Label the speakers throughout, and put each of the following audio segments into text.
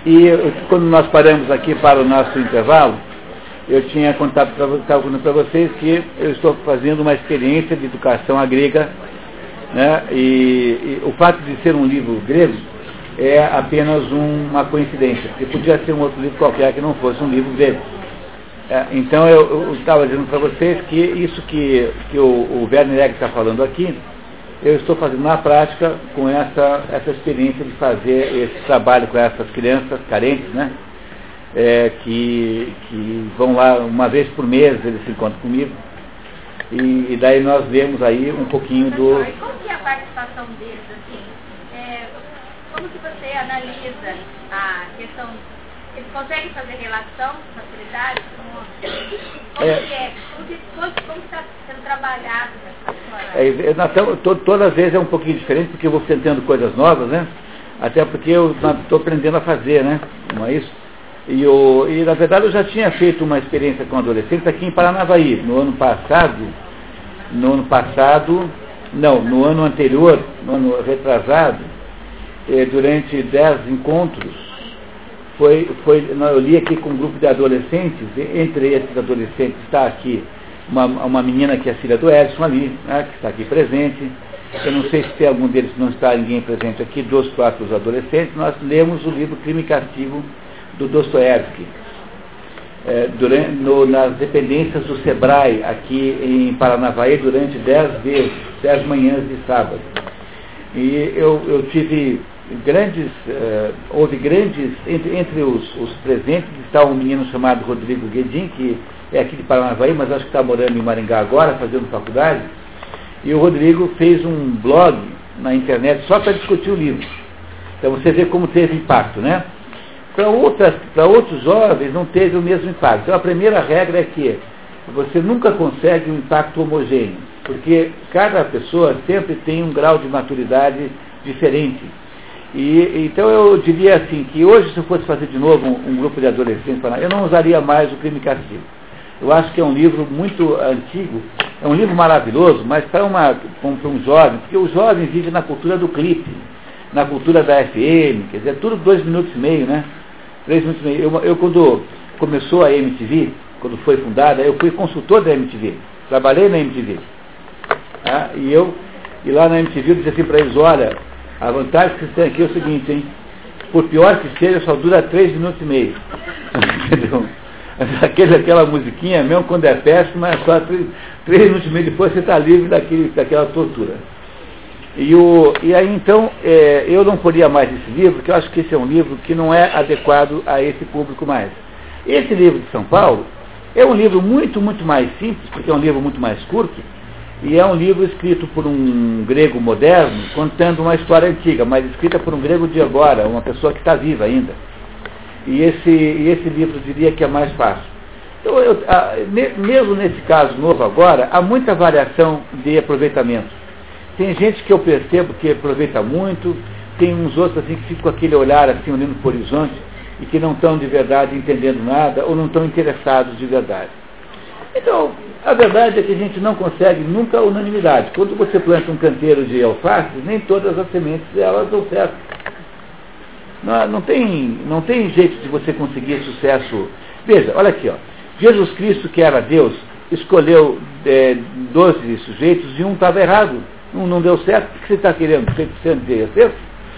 Speaker 1: Quando nós paramos aqui para o nosso intervalo, eu tinha contado para vocês que eu estou fazendo uma experiência de educação grega, né? E o fato de ser um livro grego é apenas uma coincidência, porque podia ser um outro livro qualquer que não fosse um livro grego. Então eu estava dizendo para vocês que isso que o Werner Egg está falando aqui, eu estou fazendo na prática com essa experiência de fazer esse trabalho com essas crianças carentes, né? Que vão lá uma vez por mês, eles se encontram comigo, e daí nós vemos aí um pouquinho do...
Speaker 2: E como que é a participação deles, assim? Como que você analisa a questão, eles conseguem fazer relação com facilidade? Como está sendo trabalhado nessa
Speaker 1: história? Todas as vezes é um pouquinho diferente, porque eu vou tentando coisas novas, né? Até porque eu estou aprendendo a fazer, né? Não é isso? E na verdade eu já tinha feito uma experiência com adolescentes aqui em Paranavaí, no ano anterior, no ano retrasado, durante 10 encontros, eu li aqui com um grupo de adolescentes, entre esses adolescentes está aqui uma menina que é filha do Edson ali, né, que está aqui presente. Eu não sei se tem algum deles, não está ninguém presente aqui, 4 adolescentes. Nós lemos o livro Crime e Castigo do Dostoiévski, nas dependências do Sebrae, aqui em Paranavaí, durante 10 manhãs de sábado. E eu tive houve grandes, entre os presentes está um menino chamado Rodrigo Guedin, que é aqui de Paranavaí, mas acho que está morando em Maringá agora, fazendo faculdade. E o Rodrigo fez um blog na internet só para discutir o livro. Então você vê como teve impacto, né? Para outros jovens não teve o mesmo impacto. Então a primeira regra é que você nunca consegue um impacto homogêneo, porque cada pessoa sempre tem um grau de maturidade diferente. Então eu diria assim, que hoje se eu fosse fazer de novo um grupo de adolescentes, eu não usaria mais o Crime e Castigo. Eu acho que é um livro muito antigo, é um livro maravilhoso, mas para um jovem, porque o jovem vive na cultura do clipe, na cultura da FM, quer dizer, tudo 2 minutos e meio, né? 3 minutos e meio. Eu quando começou a MTV, quando foi fundada, eu fui consultor da MTV, trabalhei na MTV. E lá na MTV eu disse assim para eles, olha, a vantagem que vocês têm aqui é o seguinte, hein? Por pior que seja, só dura 3 minutos e meio. Entendeu? Aquela musiquinha, mesmo quando é péssima, é só 3 minutos e meio depois você está livre daquela tortura. E aí então, eu não poria mais esse livro, porque eu acho que esse é um livro que não é adequado a esse público mais. Esse livro de São Paulo é um livro muito, muito mais simples, porque é um livro muito mais curto, e é um livro escrito por um grego moderno, contando uma história antiga, mas escrita por um grego de agora, uma pessoa que está viva ainda. E esse livro eu diria que é mais fácil. Então, mesmo nesse caso novo agora, há muita variação de aproveitamento. Tem gente que eu percebo que aproveita muito, tem uns outros assim que ficam com aquele olhar assim, olhando para o horizonte, e que não estão de verdade entendendo nada, ou não estão interessados de verdade. Então, a verdade é que a gente não consegue nunca unanimidade. Quando você planta um canteiro de alface, nem todas as sementes elas dão certo. Não tem jeito de você conseguir sucesso. Veja, olha aqui, ó. Jesus Cristo, que era Deus, escolheu 12 sujeitos e um estava errado. Um não deu certo. O que você está querendo? 100% de acerto?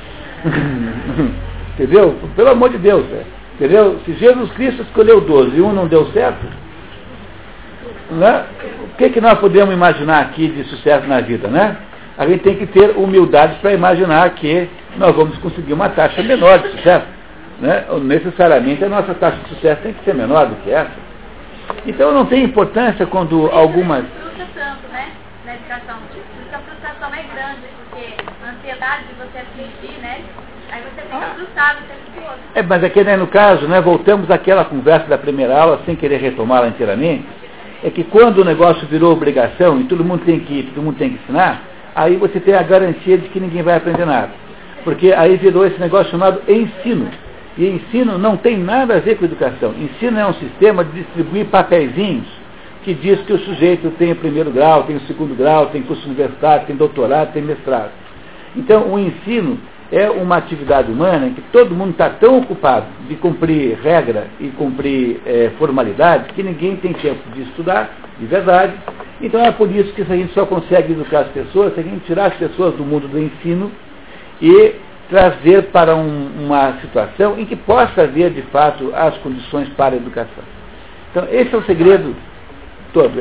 Speaker 1: Entendeu? Pelo amor de Deus. Entendeu? Se Jesus Cristo escolheu 12 e um não deu certo, né? O que nós podemos imaginar aqui de sucesso na vida, né? A gente tem que ter humildade para imaginar que nós vamos conseguir uma taxa menor de sucesso, né? Necessariamente a nossa taxa de sucesso tem que ser menor do que essa. Então não tem importância quando algumas...
Speaker 2: Frustra tanto, né? Na educação. Porque a frustração é grande, porque a ansiedade de você atingir, né? Aí você fica frustrado o tempo todo.
Speaker 1: Mas aqui, né, no caso, né, voltamos àquela conversa da primeira aula, sem querer retomá-la inteiramente, é que quando o negócio virou obrigação e todo mundo tem que ensinar, aí você tem a garantia de que ninguém vai aprender nada. Porque aí virou esse negócio chamado ensino. E ensino não tem nada a ver com educação. Ensino é um sistema de distribuir papeizinhos que diz que o sujeito tem o 1º grau, tem o 2º grau, tem curso universitário, tem doutorado, tem mestrado. Então, o ensino é uma atividade humana em que todo mundo está tão ocupado de cumprir regra e cumprir formalidade que ninguém tem tempo de estudar de verdade. Então é por isso que a gente só consegue educar as pessoas se a gente tirar as pessoas do mundo do ensino e trazer para uma situação em que possa haver, de fato, as condições para a educação. Então, esse é o segredo todo.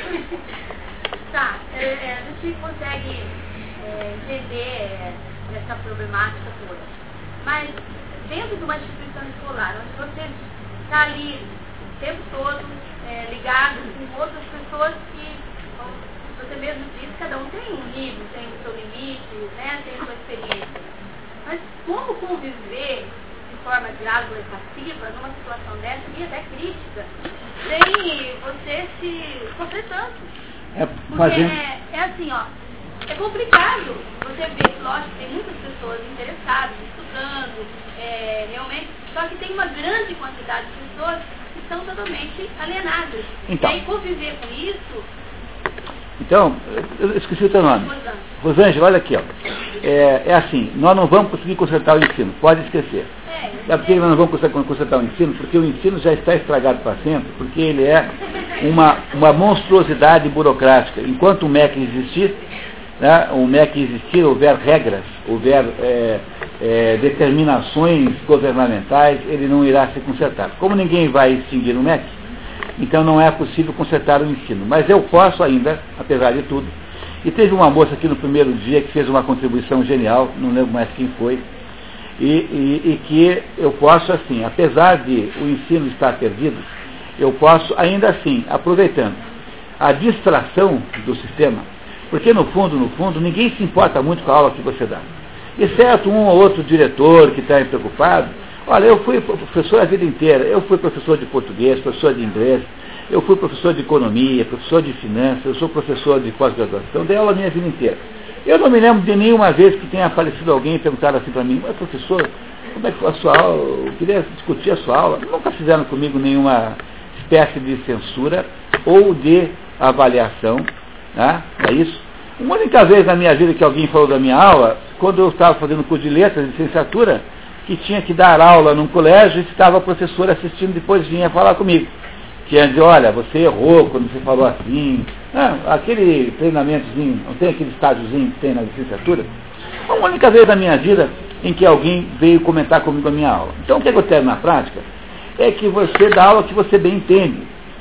Speaker 2: Tá, a gente consegue entender essa problemática toda. Mas, dentro de uma instituição escolar, onde você está ali o tempo todo ligado com outras pessoas que, como você mesmo disse, cada um tem um nível, tem o seu limite, né, tem a sua experiência. Mas como conviver de forma diáloga e passiva numa situação dessa e até crítica, sem você se sofrer tanto? Porque é assim, ó, é complicado. Você vê, lógico, tem muitas pessoas interessadas, estudando, realmente, só que tem uma grande quantidade de pessoas que estão totalmente alienadas.
Speaker 1: Então,
Speaker 2: e aí conviver com isso...
Speaker 1: Então, eu esqueci o teu nome. Rosângela, olha aqui, ó. É assim, nós não vamos conseguir consertar o ensino, pode esquecer. Sabe por que nós não vamos conseguir consertar o ensino? Porque o ensino já está estragado para sempre, porque ele é uma monstruosidade burocrática. Enquanto o MEC existir, né, houver regras, houver determinações governamentais, ele não irá ser consertado. Como ninguém vai extinguir o MEC, então não é possível consertar o ensino. Mas eu posso ainda, apesar de tudo. E teve uma moça aqui no primeiro dia que fez uma contribuição genial, não lembro mais quem foi, e que eu posso, assim, apesar de o ensino estar perdido, eu posso ainda assim, aproveitando a distração do sistema, porque no fundo, ninguém se importa muito com a aula que você dá. Exceto um ou outro diretor que está preocupado. Olha, eu fui professor a vida inteira, eu fui professor de português, professor de inglês, eu fui professor de economia, professor de finanças, eu sou professor de pós-graduação, dei aula a minha vida inteira. Eu não me lembro de nenhuma vez que tenha aparecido alguém e perguntado assim para mim, mas professor, como é que foi a sua aula? Eu queria discutir a sua aula. Nunca fizeram comigo nenhuma espécie de censura ou de avaliação, né? É isso. Uma única vez na minha vida que alguém falou da minha aula, quando eu estava fazendo curso de letras, de licenciatura, que tinha que dar aula num colégio e estava a professora assistindo, depois vinha falar comigo. Que ia dizer, olha, você errou quando você falou assim. Aquele treinamentozinho, não tem aquele estágiozinho que tem na licenciatura? Uma única vez na minha vida em que alguém veio comentar comigo a minha aula. Então o que eu quero na prática é que você dá aula que você bem entende.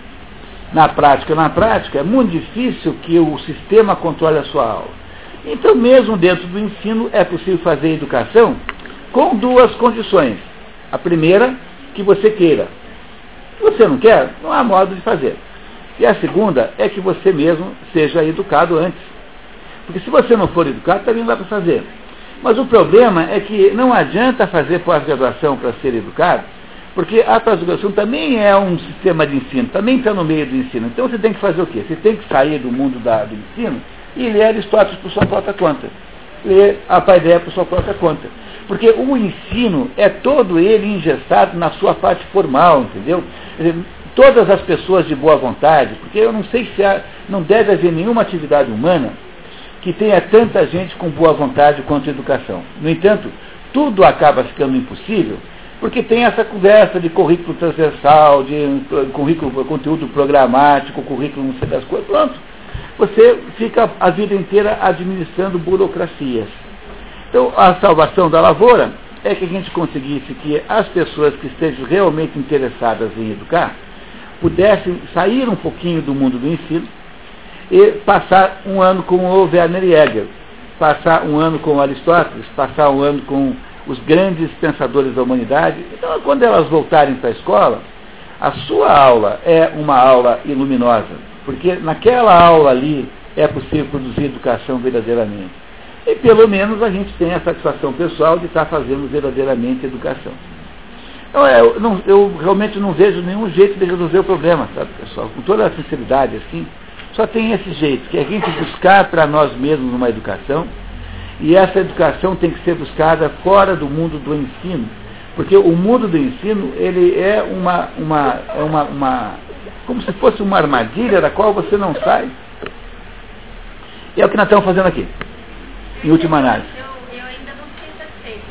Speaker 1: Na prática, é muito difícil que o sistema controle a sua aula. Então mesmo dentro do ensino é possível fazer educação com duas condições. A primeira, que você queira. Se você não quer, não há modo de fazer. E a segunda é que você mesmo seja educado antes. Porque se você não for educado, também não dá para fazer. Mas o problema é que não adianta fazer pós-graduação para ser educado, porque a pós-graduação também é um sistema de ensino, também está no meio do ensino. Então você tem que fazer o quê? Você tem que sair do mundo do ensino e ler Aristóteles por sua própria conta. Ler a Paideia por sua própria conta. Porque o ensino é todo ele engessado na sua parte formal, entendeu? Todas as pessoas de boa vontade, porque eu não sei se não deve haver nenhuma atividade humana que tenha tanta gente com boa vontade quanto a educação. No entanto, tudo acaba ficando impossível, porque tem essa conversa de currículo transversal, de conteúdo programático, currículo não sei das coisas, pronto. Você fica a vida inteira administrando burocracias. Então, a salvação da lavoura é que a gente conseguisse que as pessoas que estejam realmente interessadas em educar pudessem sair um pouquinho do mundo do ensino e passar um ano com o Werner Jäger, passar um ano com Aristóteles, passar um ano com os grandes pensadores da humanidade. Então, quando elas voltarem para a escola, a sua aula é uma aula iluminosa, porque naquela aula ali é possível produzir educação verdadeiramente. E pelo menos a gente tem a satisfação pessoal de estar fazendo verdadeiramente educação. Então, eu realmente não vejo nenhum jeito de resolver o problema, sabe, pessoal? Com toda a sinceridade, assim, só tem esse jeito, que é a gente buscar para nós mesmos uma educação, e essa educação tem que ser buscada fora do mundo do ensino, porque o mundo do ensino, ele é como se fosse uma armadilha da qual você não sai. E é o que nós estamos fazendo aqui. Em última análise.
Speaker 2: Eu ainda não fiquei satisfeita.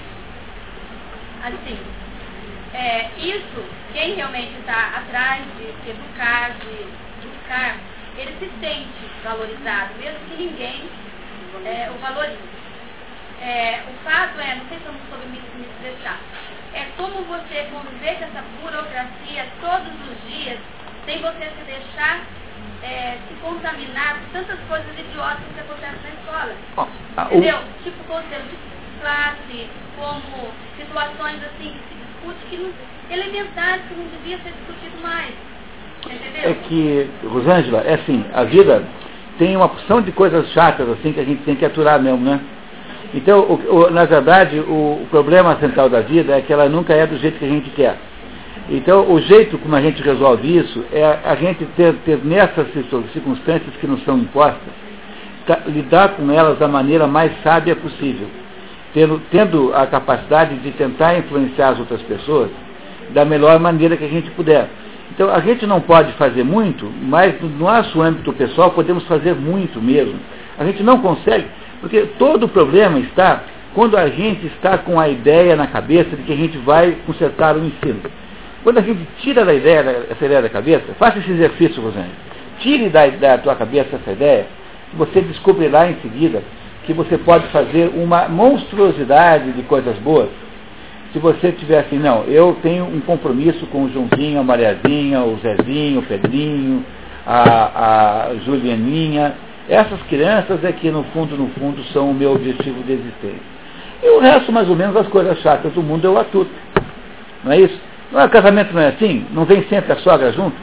Speaker 2: Isso, quem realmente está atrás de se educar, de buscar, ele se sente valorizado, mesmo que ninguém o valorize. O fato não sei se eu não soube me expressar, como você conviver com essa burocracia todos os dias, sem você se deixar se contaminar por tantas coisas idiotas que acontecem na escola. Entendeu? Tipo conselho de classe, como situações assim que se discute que não, elementares que não devia ser discutido mais. Entendeu?
Speaker 1: É que, Rosângela, assim, a vida tem uma porção de coisas chatas assim que a gente tem que aturar mesmo, né? Então, na verdade, o problema central da vida é que ela nunca é do jeito que a gente quer. Então, o jeito como a gente resolve isso é a gente ter nessas circunstâncias que nos são impostas, lidar com elas da maneira mais sábia possível, tendo a capacidade de tentar influenciar as outras pessoas da melhor maneira que a gente puder. Então, a gente não pode fazer muito, mas no nosso âmbito pessoal podemos fazer muito mesmo. A gente não consegue, porque todo o problema está quando a gente está com a ideia na cabeça de que a gente vai consertar o ensino. Quando a gente tira essa ideia da cabeça, faça esse exercício, Rosângela. Tire da tua cabeça essa ideia, você descobrirá em seguida que você pode fazer uma monstruosidade de coisas boas. Se você tiver assim, não, eu tenho um compromisso com o Joãozinho, a Mariazinha, o Zezinho, o Pedrinho, a Julianinha, essas crianças é que no fundo são o meu objetivo de existência. E o resto, mais ou menos, as coisas chatas do mundo eu atuto. Não é isso? Não é, casamento não é assim? Não vem sempre a sogra junto?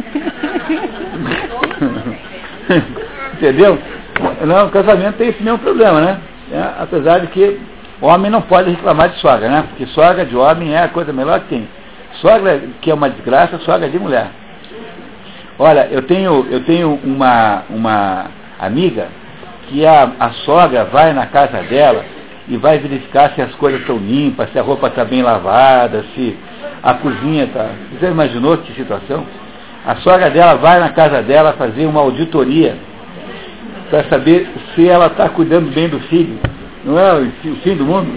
Speaker 1: Entendeu? Não, o casamento tem esse mesmo problema, né? Apesar de que o homem não pode reclamar de sogra, né? Porque sogra de homem é a coisa melhor que tem. Sogra que é uma desgraça, sogra de mulher. Olha, eu tenho uma amiga que a sogra vai na casa dela e vai verificar se as coisas estão limpas, se a roupa está bem lavada, se a cozinha está... Você imaginou que situação? A sogra dela vai na casa dela fazer uma auditoria para saber se ela está cuidando bem do filho. Não é o fim do mundo?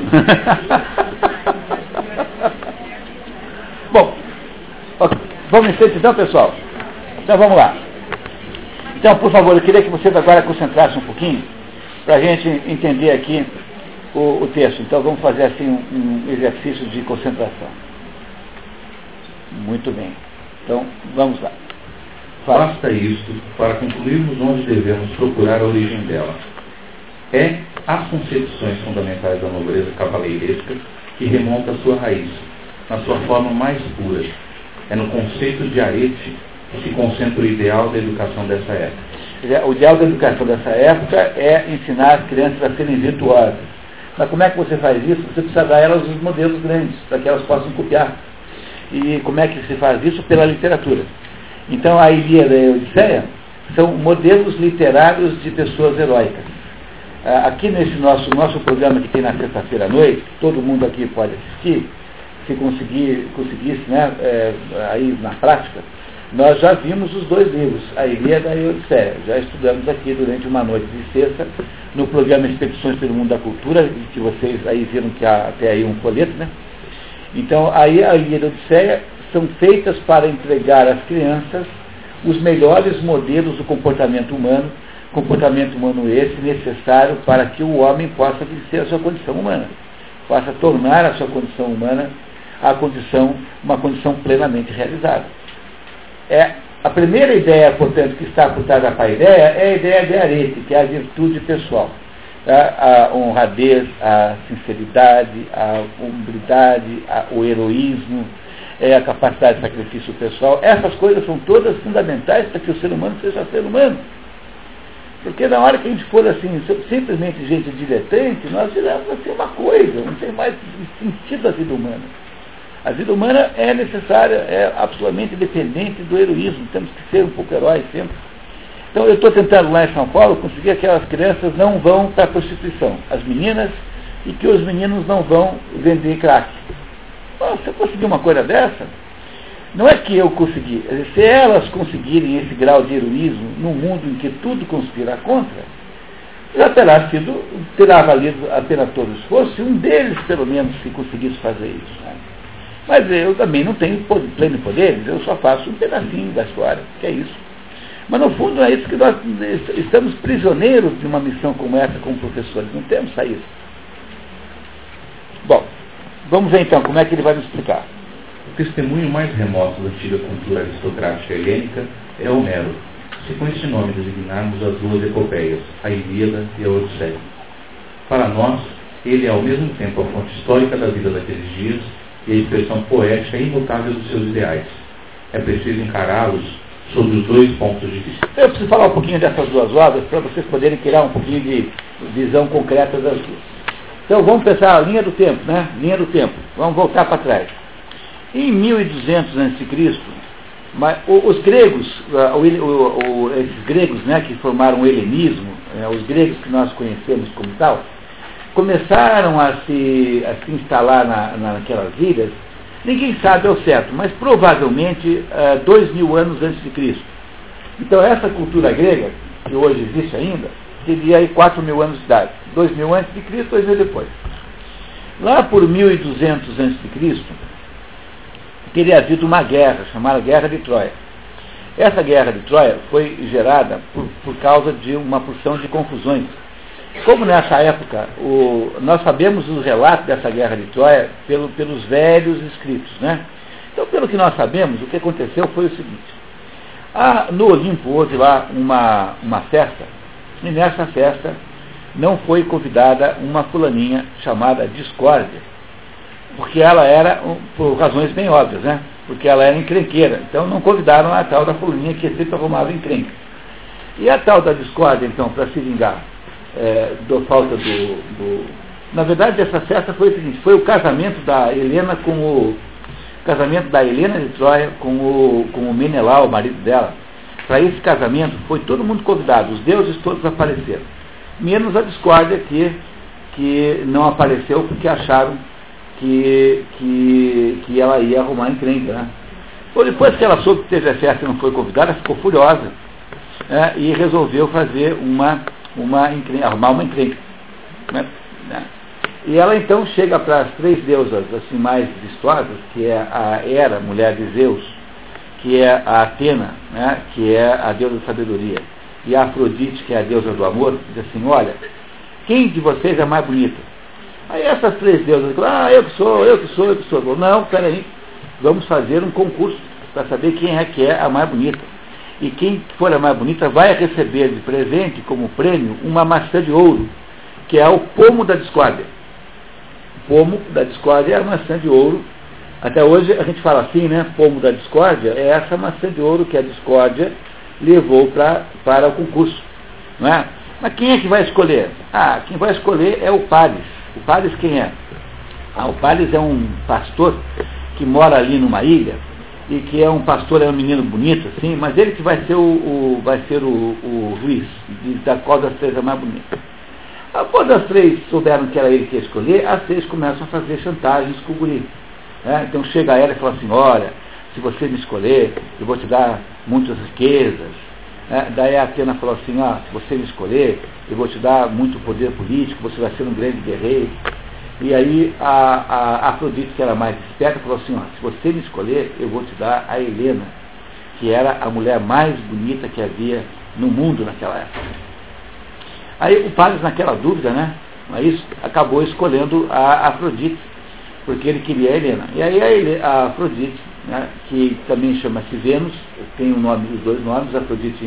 Speaker 1: Bom, vamos em frente então, pessoal? Então vamos lá. Então, por favor, eu queria que vocês agora concentrassem um pouquinho para a gente entender aqui o texto. Então vamos fazer assim um exercício de concentração. Muito bem. Então, vamos lá.
Speaker 3: Basta isto para concluirmos onde devemos procurar a origem dela. As concepções fundamentais da nobreza cavaleiresca que remonta à sua raiz, na sua forma mais pura. É no conceito de arete que se concentra o ideal da educação dessa época.
Speaker 1: O ideal da educação dessa época é ensinar as crianças a serem virtuosas. Mas como é que você faz isso? Você precisa dar a elas os modelos grandes, para que elas possam copiar. E como é que se faz isso? Pela literatura. Então a Ilíada e a Odisseia são modelos literários de pessoas heróicas. Aqui nesse nosso programa que tem na sexta-feira à noite, todo mundo aqui pode assistir, se conseguisse, né, aí na prática, nós já vimos os dois livros, a Ilíada e a Odisseia. Já estudamos aqui durante uma noite de sexta, no programa Expedições pelo Mundo da Cultura, que vocês aí viram que há até aí um folheto, né? Então, aí a Ilíada e a Odisseia são feitas para entregar às crianças os melhores modelos do comportamento humano esse necessário para que o homem possa vencer a sua condição humana, possa tornar a sua condição humana uma condição plenamente realizada. A primeira ideia, portanto, que está por trás da paideia é a ideia de arete, que é a virtude pessoal. A honradez, a sinceridade, a humildade, o heroísmo, a capacidade de sacrifício pessoal. Essas coisas são todas fundamentais para que o ser humano seja ser humano. Porque na hora que a gente for assim, simplesmente gente diletante, nós viramos assim uma coisa, não tem mais sentido a vida humana. A vida humana é necessária, é absolutamente dependente do heroísmo, temos que ser um pouco heróis sempre. Então eu estou tentando lá em São Paulo conseguir que aquelas crianças não vão para a prostituição, as meninas, e que os meninos não vão vender crack. Se eu conseguir uma coisa dessa, não é que eu consegui, se elas conseguirem esse grau de heroísmo num mundo em que tudo conspira contra, já terá valido a pena todo o esforço, se um deles, pelo menos, se conseguisse fazer isso. Né? Mas eu também não tenho pleno poderes, eu só faço um pedacinho da história, que é isso. Mas no fundo é isso que nós estamos prisioneiros de uma missão como essa, como professores, não temos saída. Bom, vamos ver então como é que ele vai nos explicar.
Speaker 3: O testemunho mais remoto da antiga cultura aristocrática helênica é Homero, se com este nome designarmos as duas epopeias, a Ilíada e a Odisseia. Para nós, ele é ao mesmo tempo a fonte histórica da vida daqueles dias e a expressão poética imutável dos seus ideais. É preciso encará-los sob os dois pontos de vista.
Speaker 1: Eu preciso falar um pouquinho dessas duas obras para vocês poderem criar um pouquinho de visão concreta das duas. Então vamos pensar a linha do tempo, né? Linha do tempo. Vamos voltar para trás. Em 1200 a.C., os gregos, esses gregos, né, que formaram o helenismo, os gregos que nós conhecemos como tal, começaram a se instalar naquelas ilhas, ninguém sabe ao certo, mas provavelmente 2000 anos antes de Cristo. Então essa cultura grega, que hoje existe ainda, teria aí 4000 anos de idade. 2000 antes de Cristo, 2000 depois. Lá por 1200 antes de Cristo, teria havido uma guerra, chamada Guerra de Troia. Essa Guerra de Troia foi gerada por causa de uma porção de confusões. Como nessa época, nós sabemos os relatos dessa Guerra de Troia pelos velhos escritos, né? Então, pelo que nós sabemos, o que aconteceu foi o seguinte. No Olimpo houve lá uma festa, e nessa festa não foi convidada uma fulaninha chamada Discórdia, porque ela era, por razões bem óbvias, né? Porque ela era encrenqueira. Então não convidaram a tal da fulaninha que sempre arrumava encrenca. E a tal da Discórdia, então, para se vingar da falta Na verdade, essa festa foi o seguinte, foi o casamento da Helena de Troia com o Menelau, o marido dela. Para esse casamento foi todo mundo convidado, os deuses todos apareceram. Menos a Discórdia que não apareceu porque acharam que ela ia arrumar encrenca, né? Então, depois que ela soube que teve a festa e não foi convidada, ficou furiosa, né? E resolveu fazer arrumar uma encrenca, né? E ela então chega para as três deusas assim, mais vistosas, que é a Hera, mulher de Zeus, que é a Atena, né? Que é a deusa da sabedoria, e a Afrodite, que é a deusa do amor, diz assim, olha, quem de vocês é mais bonita? Aí essas três deusas falam, eu que sou. Falou, não, peraí, vamos fazer um concurso para saber quem é que é a mais bonita. E quem for a mais bonita vai receber de presente, como prêmio, uma maçã de ouro, que é o pomo da discórdia. O pomo da discórdia é a maçã de ouro. Até hoje a gente fala assim, né? Pomo da discórdia é essa maçã de ouro que a discórdia levou para o concurso. Não é? Mas quem é que vai escolher? Quem vai escolher é o Paris. O Paris quem é? O Paris é um pastor que mora ali numa ilha e que é um pastor, é um menino bonito, assim, mas ele que vai ser o juiz da qual das três é mais bonita. Quando as três souberam que era ele que ia escolher, as três começam a fazer chantagens com o guri. Então chega ela e fala assim, olha, se você me escolher, eu vou te dar muitas riquezas. Daí a Atena falou assim, se você me escolher, eu vou te dar muito poder político, você vai ser um grande guerreiro. E aí a Afrodite, que era mais esperta, falou assim, se você me escolher, eu vou te dar a Helena, que era a mulher mais bonita que havia no mundo naquela época. Aí o Paris, naquela dúvida, né, acabou escolhendo a Afrodite, porque ele queria a Helena. E aí a Afrodite, né, que também chama-se Vênus, tem os dois nomes, Afrodite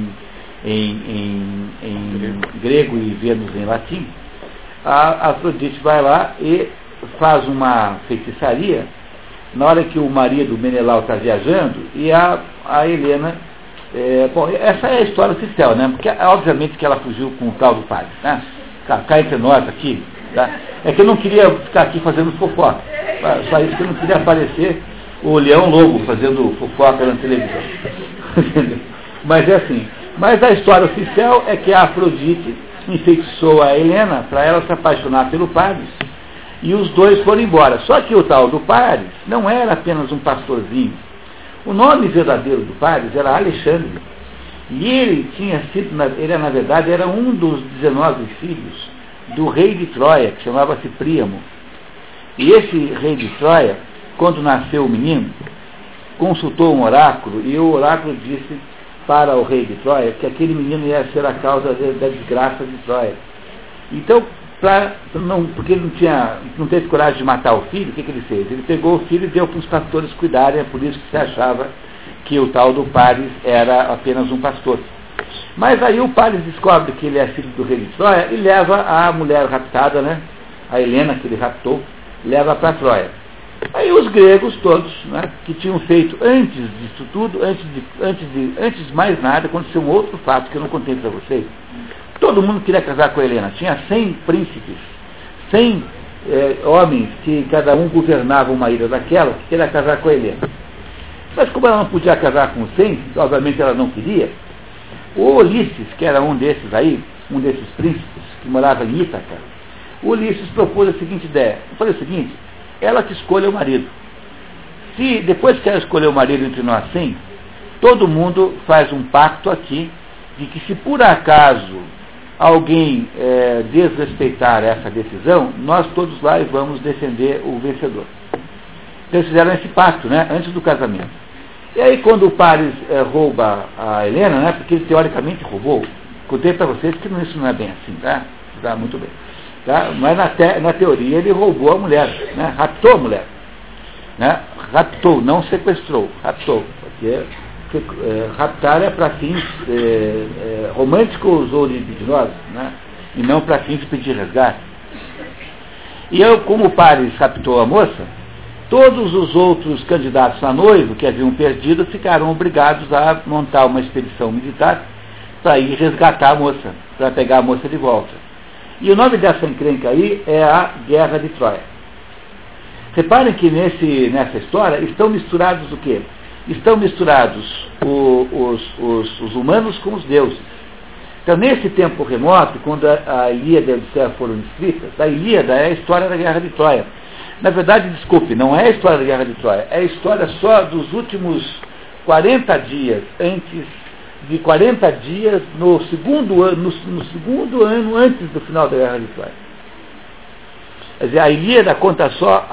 Speaker 1: em grego e Vênus em latim. A Afrodite vai lá e faz uma feitiçaria na hora que o marido Menelau está viajando e a Helena. Essa é a história oficial, né? Porque obviamente que ela fugiu com o tal do Paris, né? Cá entre nós aqui, tá? É que eu não queria ficar aqui fazendo fofoca, só isso que eu não queria aparecer o Leão Lobo fazendo fofoca na televisão. Mas é assim. Mas a história oficial é que a Afrodite enfeitiçou a Helena para ela se apaixonar pelo Paris e os dois foram embora. Só que o tal do Paris não era apenas um pastorzinho. O nome verdadeiro do Paris era Alexandre. E ele na verdade era um dos 19 filhos do rei de Troia, que chamava-se Príamo. E esse rei de Troia quando nasceu o menino, consultou um oráculo, e o oráculo disse para o rei de Troia que aquele menino ia ser a causa da desgraça de Troia. Então, porque ele não teve coragem de matar o filho, o que ele fez? Ele pegou o filho e deu para os pastores cuidarem, é por isso que se achava que o tal do Paris era apenas um pastor. Mas aí o Paris descobre que ele é filho do rei de Troia e leva a mulher raptada, né, a Helena, que ele raptou, leva para Troia. Aí os gregos todos, né, que tinham feito antes disso tudo, antes de mais nada, aconteceu um outro fato que eu não contei para vocês. Todo mundo queria casar com a Helena. Tinha 100 príncipes, 100 homens que cada um governava uma ilha daquela, que queria casar com a Helena. Mas como ela não podia casar com 100, obviamente ela não queria, o Ulisses, que era um desses aí, um desses príncipes, que morava em Ítaca, o Ulisses propôs a seguinte ideia. Eu falei o seguinte: ela que escolha o marido. Se depois que ela escolher o marido entre nós 100, todo mundo faz um pacto aqui de que se por acaso alguém desrespeitar essa decisão, nós todos lá vamos defender o vencedor. Então eles fizeram esse pacto, né, antes do casamento. E aí quando o Paris rouba a Helena, né, porque ele teoricamente roubou, contei para vocês que isso não é bem assim, tá? Tá muito bem. Tá? Mas na teoria ele roubou a mulher, né, raptou a mulher. Né? Raptou, não sequestrou, raptou. Porque raptar é para fins românticos ou libidinosos, né? E não para fins de pedir resgate. E como o Paris raptou a moça, todos os outros candidatos a noivo que haviam perdido ficaram obrigados a montar uma expedição militar para ir resgatar a moça, para pegar a moça de volta. E o nome dessa encrenca aí é a Guerra de Troia. Reparem que nessa história estão misturados o quê? Estão misturados os humanos com os deuses. Então, nesse tempo remoto, quando a Ilíada e a Odisseia foram escritas, a Ilíada é a história da Guerra de Troia. Na verdade, desculpe, não é a história da Guerra de Troia, é a história só dos últimos 40 dias, antes de 40 dias no segundo ano antes do final da Guerra de Troia. Quer dizer, a Ilíada conta só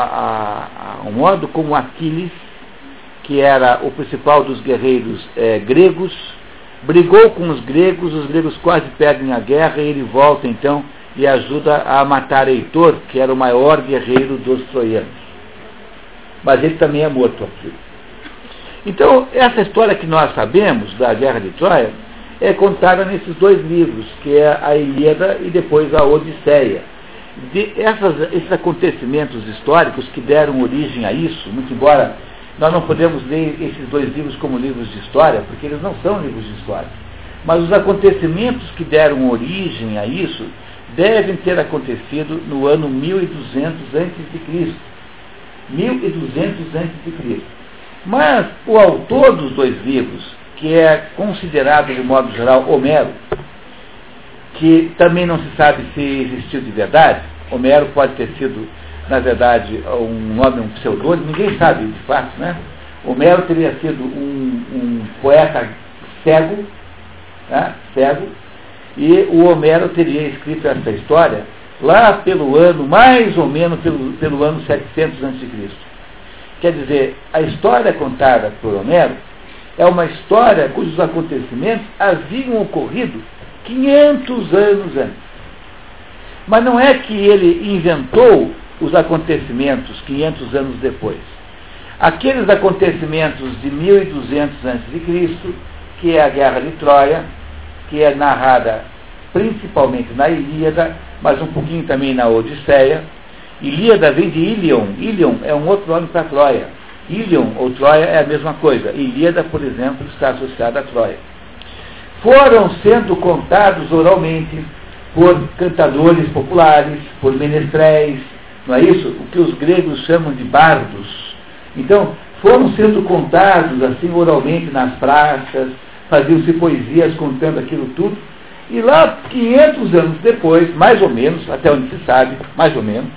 Speaker 1: o modo como Aquiles, que era o principal dos guerreiros gregos, brigou com os gregos quase perdem a guerra, e ele volta então e ajuda a matar Heitor, que era o maior guerreiro dos troianos. Mas ele também é morto aqui. Então, essa história que nós sabemos da Guerra de Troia é contada nesses dois livros, que é a Ilíada e depois a Odisseia. Esses acontecimentos históricos que deram origem a isso, muito embora nós não podemos ler esses dois livros como livros de história, porque eles não são livros de história. Mas os acontecimentos que deram origem a isso devem ter acontecido no ano 1200 a.C. 1200 a.C. Mas o autor dos dois livros, que é considerado de modo geral Homero, que também não se sabe se existiu de verdade, Homero pode ter sido, na verdade, um nome, um pseudônimo, ninguém sabe de fato, né? Homero teria sido um poeta cego, né? E o Homero teria escrito essa história lá pelo ano, mais ou menos pelo ano 700 a.C. Quer dizer, a história contada por Homero é uma história cujos acontecimentos haviam ocorrido 500 anos antes. Mas não é que ele inventou os acontecimentos 500 anos depois. Aqueles acontecimentos de 1200 a.C., que é a Guerra de Troia, que é narrada principalmente na Ilíada, mas um pouquinho também na Odisseia. Ilíada vem de Ilion. Ilion é um outro nome para Troia. Ilion ou Troia é a mesma coisa. Ilíada, por exemplo, está associada a Troia. Foram sendo contados oralmente por cantadores populares, por menestréis, não é isso? O que os gregos chamam de bardos. Então, foram sendo contados assim oralmente nas praças, faziam-se poesias contando aquilo tudo, e lá 500 anos depois, mais ou menos, até onde se sabe, mais ou menos,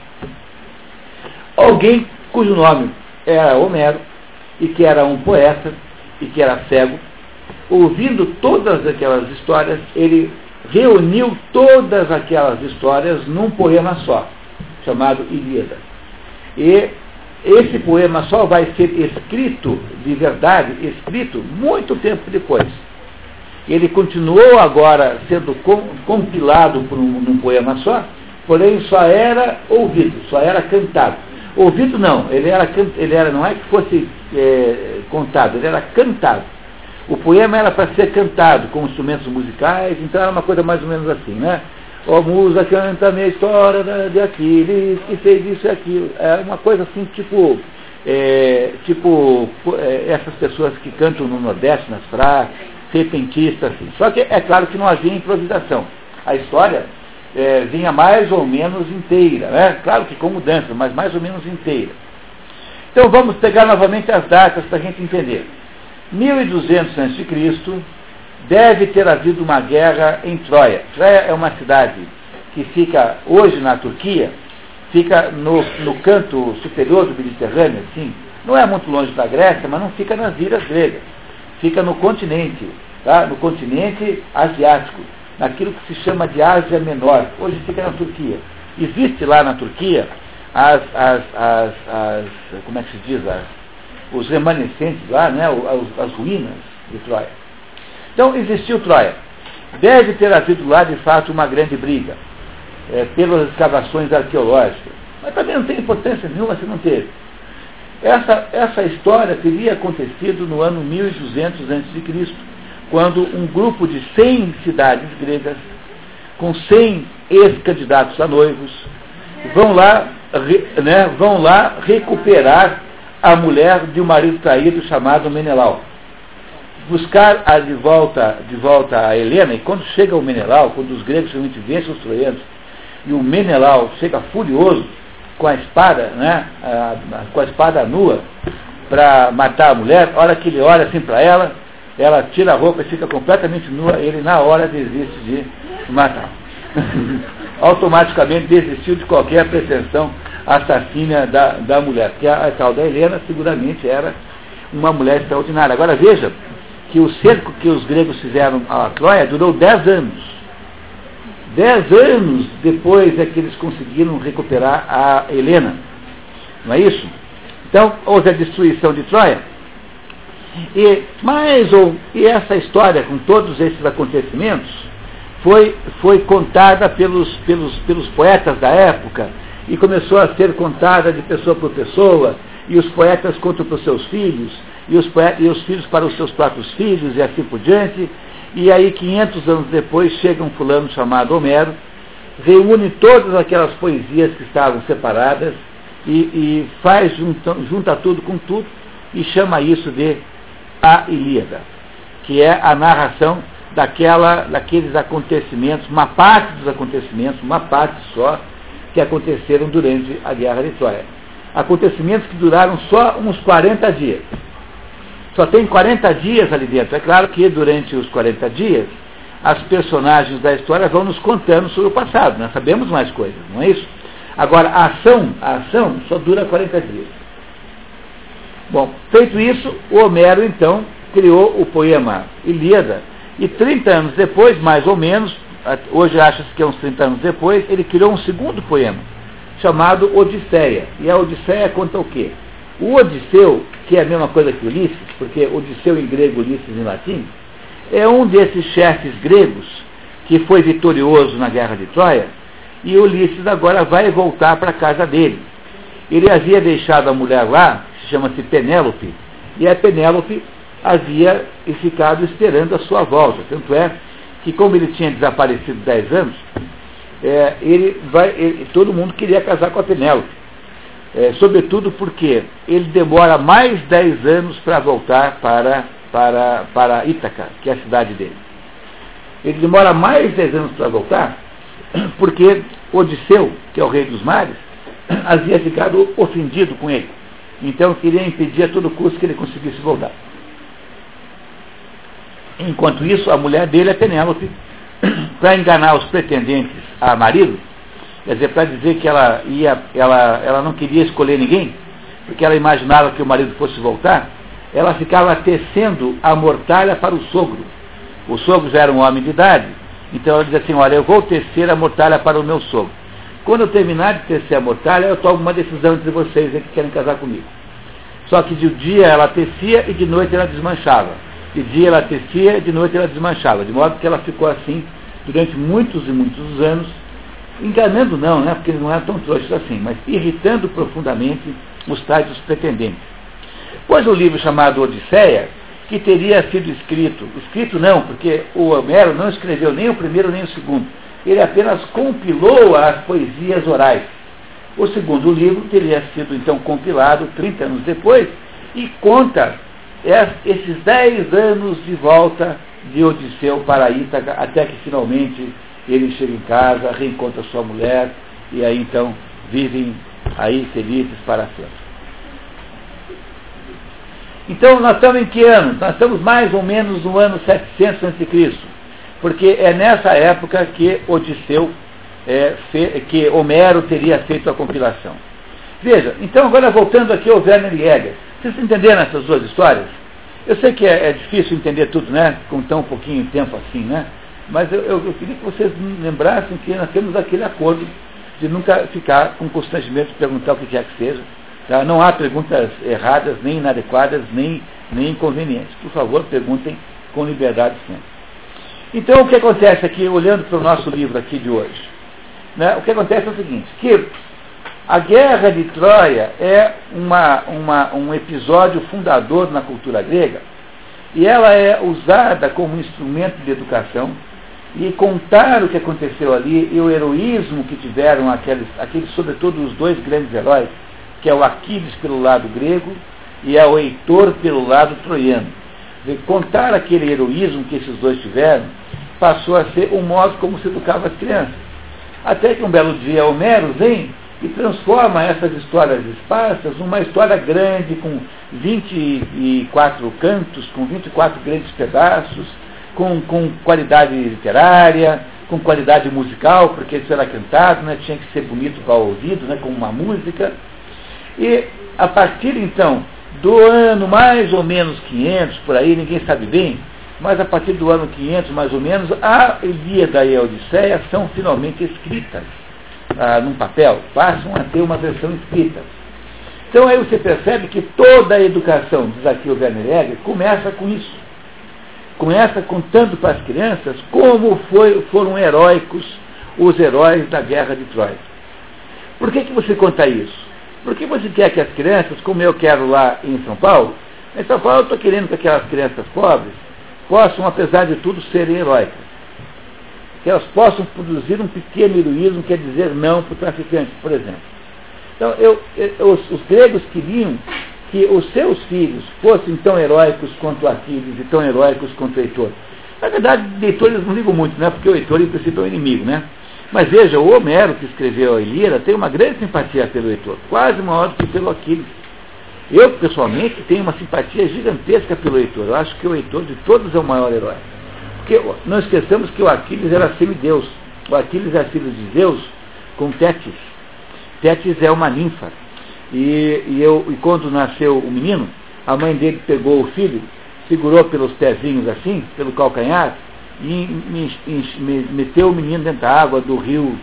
Speaker 1: alguém cujo nome era Homero, e que era um poeta, e que era cego, ouvindo todas aquelas histórias, ele reuniu todas aquelas histórias num poema só, chamado Ilíada. E esse poema só vai ser escrito, de verdade, escrito muito tempo depois. Ele continuou agora sendo compilado por num poema só, porém só era ouvido, só era cantado. Ouvido não, ele era não é que fosse contado, ele era cantado. O poema era para ser cantado com instrumentos musicais, então era uma coisa mais ou menos assim, né? Ó, musa, canta minha história de Aquiles, que fez isso e aquilo. É uma coisa assim, essas pessoas que cantam no Nordeste, nas praias, repentistas, assim. Só que é claro que não havia improvisação. A história vinha mais ou menos inteira, né? Claro que com mudança, mas mais ou menos inteira. Então vamos pegar novamente as datas para a gente entender. 1200 a.C., deve ter havido uma guerra em Troia. Troia é uma cidade que fica hoje na Turquia, fica no canto superior do Mediterrâneo, assim. Não é muito longe da Grécia, mas não fica nas ilhas gregas. Fica no continente, tá? No continente asiático, naquilo que se chama de Ásia Menor. Hoje fica na Turquia. Existe lá na Turquia como é que se diz? Os remanescentes lá, né? As ruínas de Troia. Então, existiu Troia. Deve ter havido lá, de fato, uma grande briga, pelas escavações arqueológicas. Mas também não tem importância nenhuma se não teve. Essa história teria acontecido no ano 1200 a.C., quando um grupo de 100 cidades gregas, com 100 ex-candidatos a noivos, vão lá recuperar a mulher de um marido traído chamado Menelau. Buscar de volta a Helena, e quando chega o Menelau, quando os gregos realmente vencem os troianos, e o Menelau chega furioso com a espada, né, com a espada nua, para matar a mulher, a hora que ele olha assim para ela tira a roupa e fica completamente nua, ele na hora desiste de matar. Automaticamente desistiu de qualquer pretensão assassina da mulher, porque a tal da Helena seguramente era uma mulher extraordinária. Agora veja que o cerco que os gregos fizeram a Troia durou 10 anos. 10 anos depois é que eles conseguiram recuperar a Helena. Não é isso? Então, houve a destruição de Troia. E essa história, com todos esses acontecimentos, foi contada pelos poetas da época, e começou a ser contada de pessoa por pessoa, e os poetas contam para os seus filhos, e os filhos para os seus próprios filhos, e assim por diante. E aí, 500 anos depois, chega um fulano chamado Homero, reúne todas aquelas poesias que estavam separadas, e junta tudo com tudo, e chama isso de a Ilíada, que é a narração daqueles acontecimentos, uma parte dos acontecimentos, uma parte só, que aconteceram durante a Guerra de Troia. Acontecimentos que duraram só uns 40 dias. Só tem 40 dias ali dentro. É claro que durante os 40 dias, as personagens da história vão nos contando sobre o passado. Nós sabemos mais coisas, não é isso? Agora, a ação só dura 40 dias. Bom, feito isso, o Homero, então, criou o poema Ilíada, e 30 anos depois, mais ou menos, hoje acha-se que é uns 30 anos depois, ele criou um segundo poema, chamado Odisseia. E a Odisseia conta o quê? O Odisseu, que é a mesma coisa que Ulisses, porque Odisseu em grego, Ulisses em latim, é um desses chefes gregos que foi vitorioso na Guerra de Troia, e Ulisses agora vai voltar para a casa dele. Ele havia deixado a mulher lá, que chama-se Penélope, e a Penélope havia ficado esperando a sua volta. Tanto é que, como ele tinha desaparecido 10 anos, todo mundo queria casar com a Penélope. Sobretudo porque ele demora mais 10 anos para voltar para Ítaca, que é a cidade dele. Ele demora mais 10 anos para voltar, porque Odisseu, que é o rei dos mares, havia ficado ofendido com ele. Então queria impedir a todo custo que ele conseguisse voltar. Enquanto isso, a mulher dele é Penélope, para enganar os pretendentes a marido, quer dizer, para dizer que ela não queria escolher ninguém, porque ela imaginava que o marido fosse voltar, ela ficava tecendo a mortalha para o sogro. O sogro já era um homem de idade, então ela dizia assim: olha, eu vou tecer a mortalha para o meu sogro. quando eu terminar de tecer a mortalha, eu tomo uma decisão entre vocês que querem casar comigo. Só que de dia ela tecia e de noite ela desmanchava. De dia ela tecia e de noite ela desmanchava. De modo que ela ficou assim durante muitos e muitos anos, enganando não, né, porque não eram tão trouxas assim, mas irritando profundamente os tais dos pretendentes. Pois o livro chamado Odisseia, que teria sido escrito não, porque o Homero não escreveu nem o primeiro nem o segundo, ele apenas compilou as poesias orais. O segundo livro teria sido então compilado 30 anos depois e conta esses 10 anos de volta de Odisseu para Ítaca, até que finalmente ele chega em casa, reencontra sua mulher e aí então vivem aí felizes para sempre. Então nós estamos em que ano? Nós estamos mais ou menos no ano 700 a.C., porque é nessa época que Odisseu, que Homero teria feito a compilação. Veja, então agora voltando aqui ao Werner Jäger, vocês entenderam essas duas histórias? Eu sei que é difícil entender tudo, né, com tão pouquinho tempo assim, né, mas eu queria que vocês lembrassem que nós temos aquele acordo de nunca ficar com constrangimento de perguntar o que quer que seja. Tá? Não há perguntas erradas, nem inadequadas, nem inconvenientes. Por favor, perguntem com liberdade sempre. Então, o que acontece aqui, olhando para o nosso livro aqui de hoje? Né, o que acontece é o seguinte, que a Guerra de Troia é um episódio fundador na cultura grega, e ela é usada como instrumento de educação, e contar o que aconteceu ali, e o heroísmo que tiveram aqueles sobretudo os dois grandes heróis, que é o Aquiles pelo lado grego e é o Heitor pelo lado troiano. De contar aquele heroísmo que esses dois tiveram passou a ser um modo como se educava as crianças. Até que um belo dia Homero vem e transforma essas histórias esparsas numa história grande, com 24 cantos, com 24 grandes pedaços, com qualidade literária, com qualidade musical, porque isso era cantado, né, tinha que ser bonito para o ouvido, né, com uma música. E a partir então do ano mais ou menos 500, por aí, ninguém sabe bem, mas a partir do ano 500 mais ou menos, a Ilíada e a Odisseia são finalmente escritas num papel, passam a ter uma versão escrita. Então aí você percebe que toda a educação, diz aqui o Werner Jäger, começa com isso. Começa contando para as crianças como foram heróicos os heróis da Guerra de Troia. Por que você conta isso? Porque você quer que as crianças, como eu quero lá em São Paulo, eu estou querendo que aquelas crianças pobres possam, apesar de tudo, serem heróicas. Que elas possam produzir um pequeno heroísmo, quer dizer não para o traficante, por exemplo. Então, os gregos queriam que os seus filhos fossem tão heróicos quanto Aquiles e tão heróicos quanto o Heitor. Na verdade, de Heitor eles não ligam muito, né? Porque o Heitor, em princípio, é o inimigo, né? Mas veja, o Homero, que escreveu a Ilíada, tem uma grande simpatia pelo Heitor, quase maior do que pelo Aquiles. Eu, pessoalmente, tenho uma simpatia gigantesca pelo Heitor. Eu acho que o Heitor de todos é o maior herói. Porque não esqueçamos que o Aquiles era semideus. O Aquiles é filho de Zeus com Tétis. Tétis é uma ninfa. E quando nasceu o menino, a mãe dele pegou o filho, segurou pelos pezinhos assim, pelo calcanhar, e meteu o menino dentro da água do rio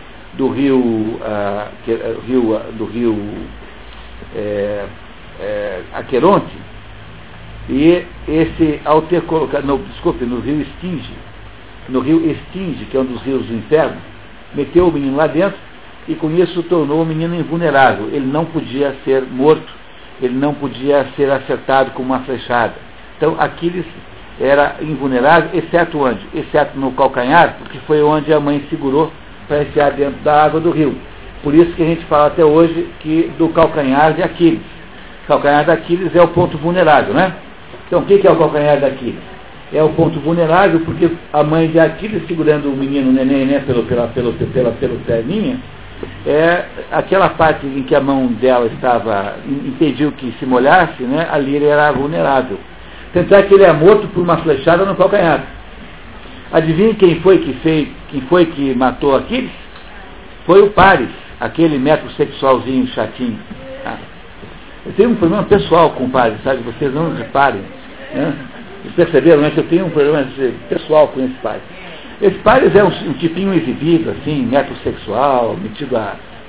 Speaker 1: Aqueronte. E esse, ao ter colocado, no rio Estinge, que é um dos rios do inferno, meteu o menino lá dentro e com isso tornou o menino invulnerável. Ele não podia ser morto, ele não podia ser acertado com uma flechada. Então Aquiles era invulnerável, exceto onde? Exceto no calcanhar, porque foi onde a mãe segurou para enfiar dentro da água do rio. Por isso que a gente fala até hoje que do calcanhar de Aquiles. O calcanhar de Aquiles é o ponto vulnerável, né? Então o que é o calcanhar de Aquiles? É o ponto vulnerável porque a mãe de Aquiles segurando o menino, o neném, né, pelo perninha, é aquela parte em que a mão dela estava, impediu que se molhasse, né, ali ele era vulnerável. Tanto é que ele é morto por uma flechada no calcanhar. Adivinhe quem foi que matou Aquiles? Foi o Paris, aquele metrosexualzinho chatinho. Tá? Eu tenho um problema pessoal com o Paris, sabe? Vocês não reparem. Né? Vocês perceberam, né, que eu tenho um problema pessoal com esse Paris. Esse Paris é um tipinho exibido, assim, metrosexual, metido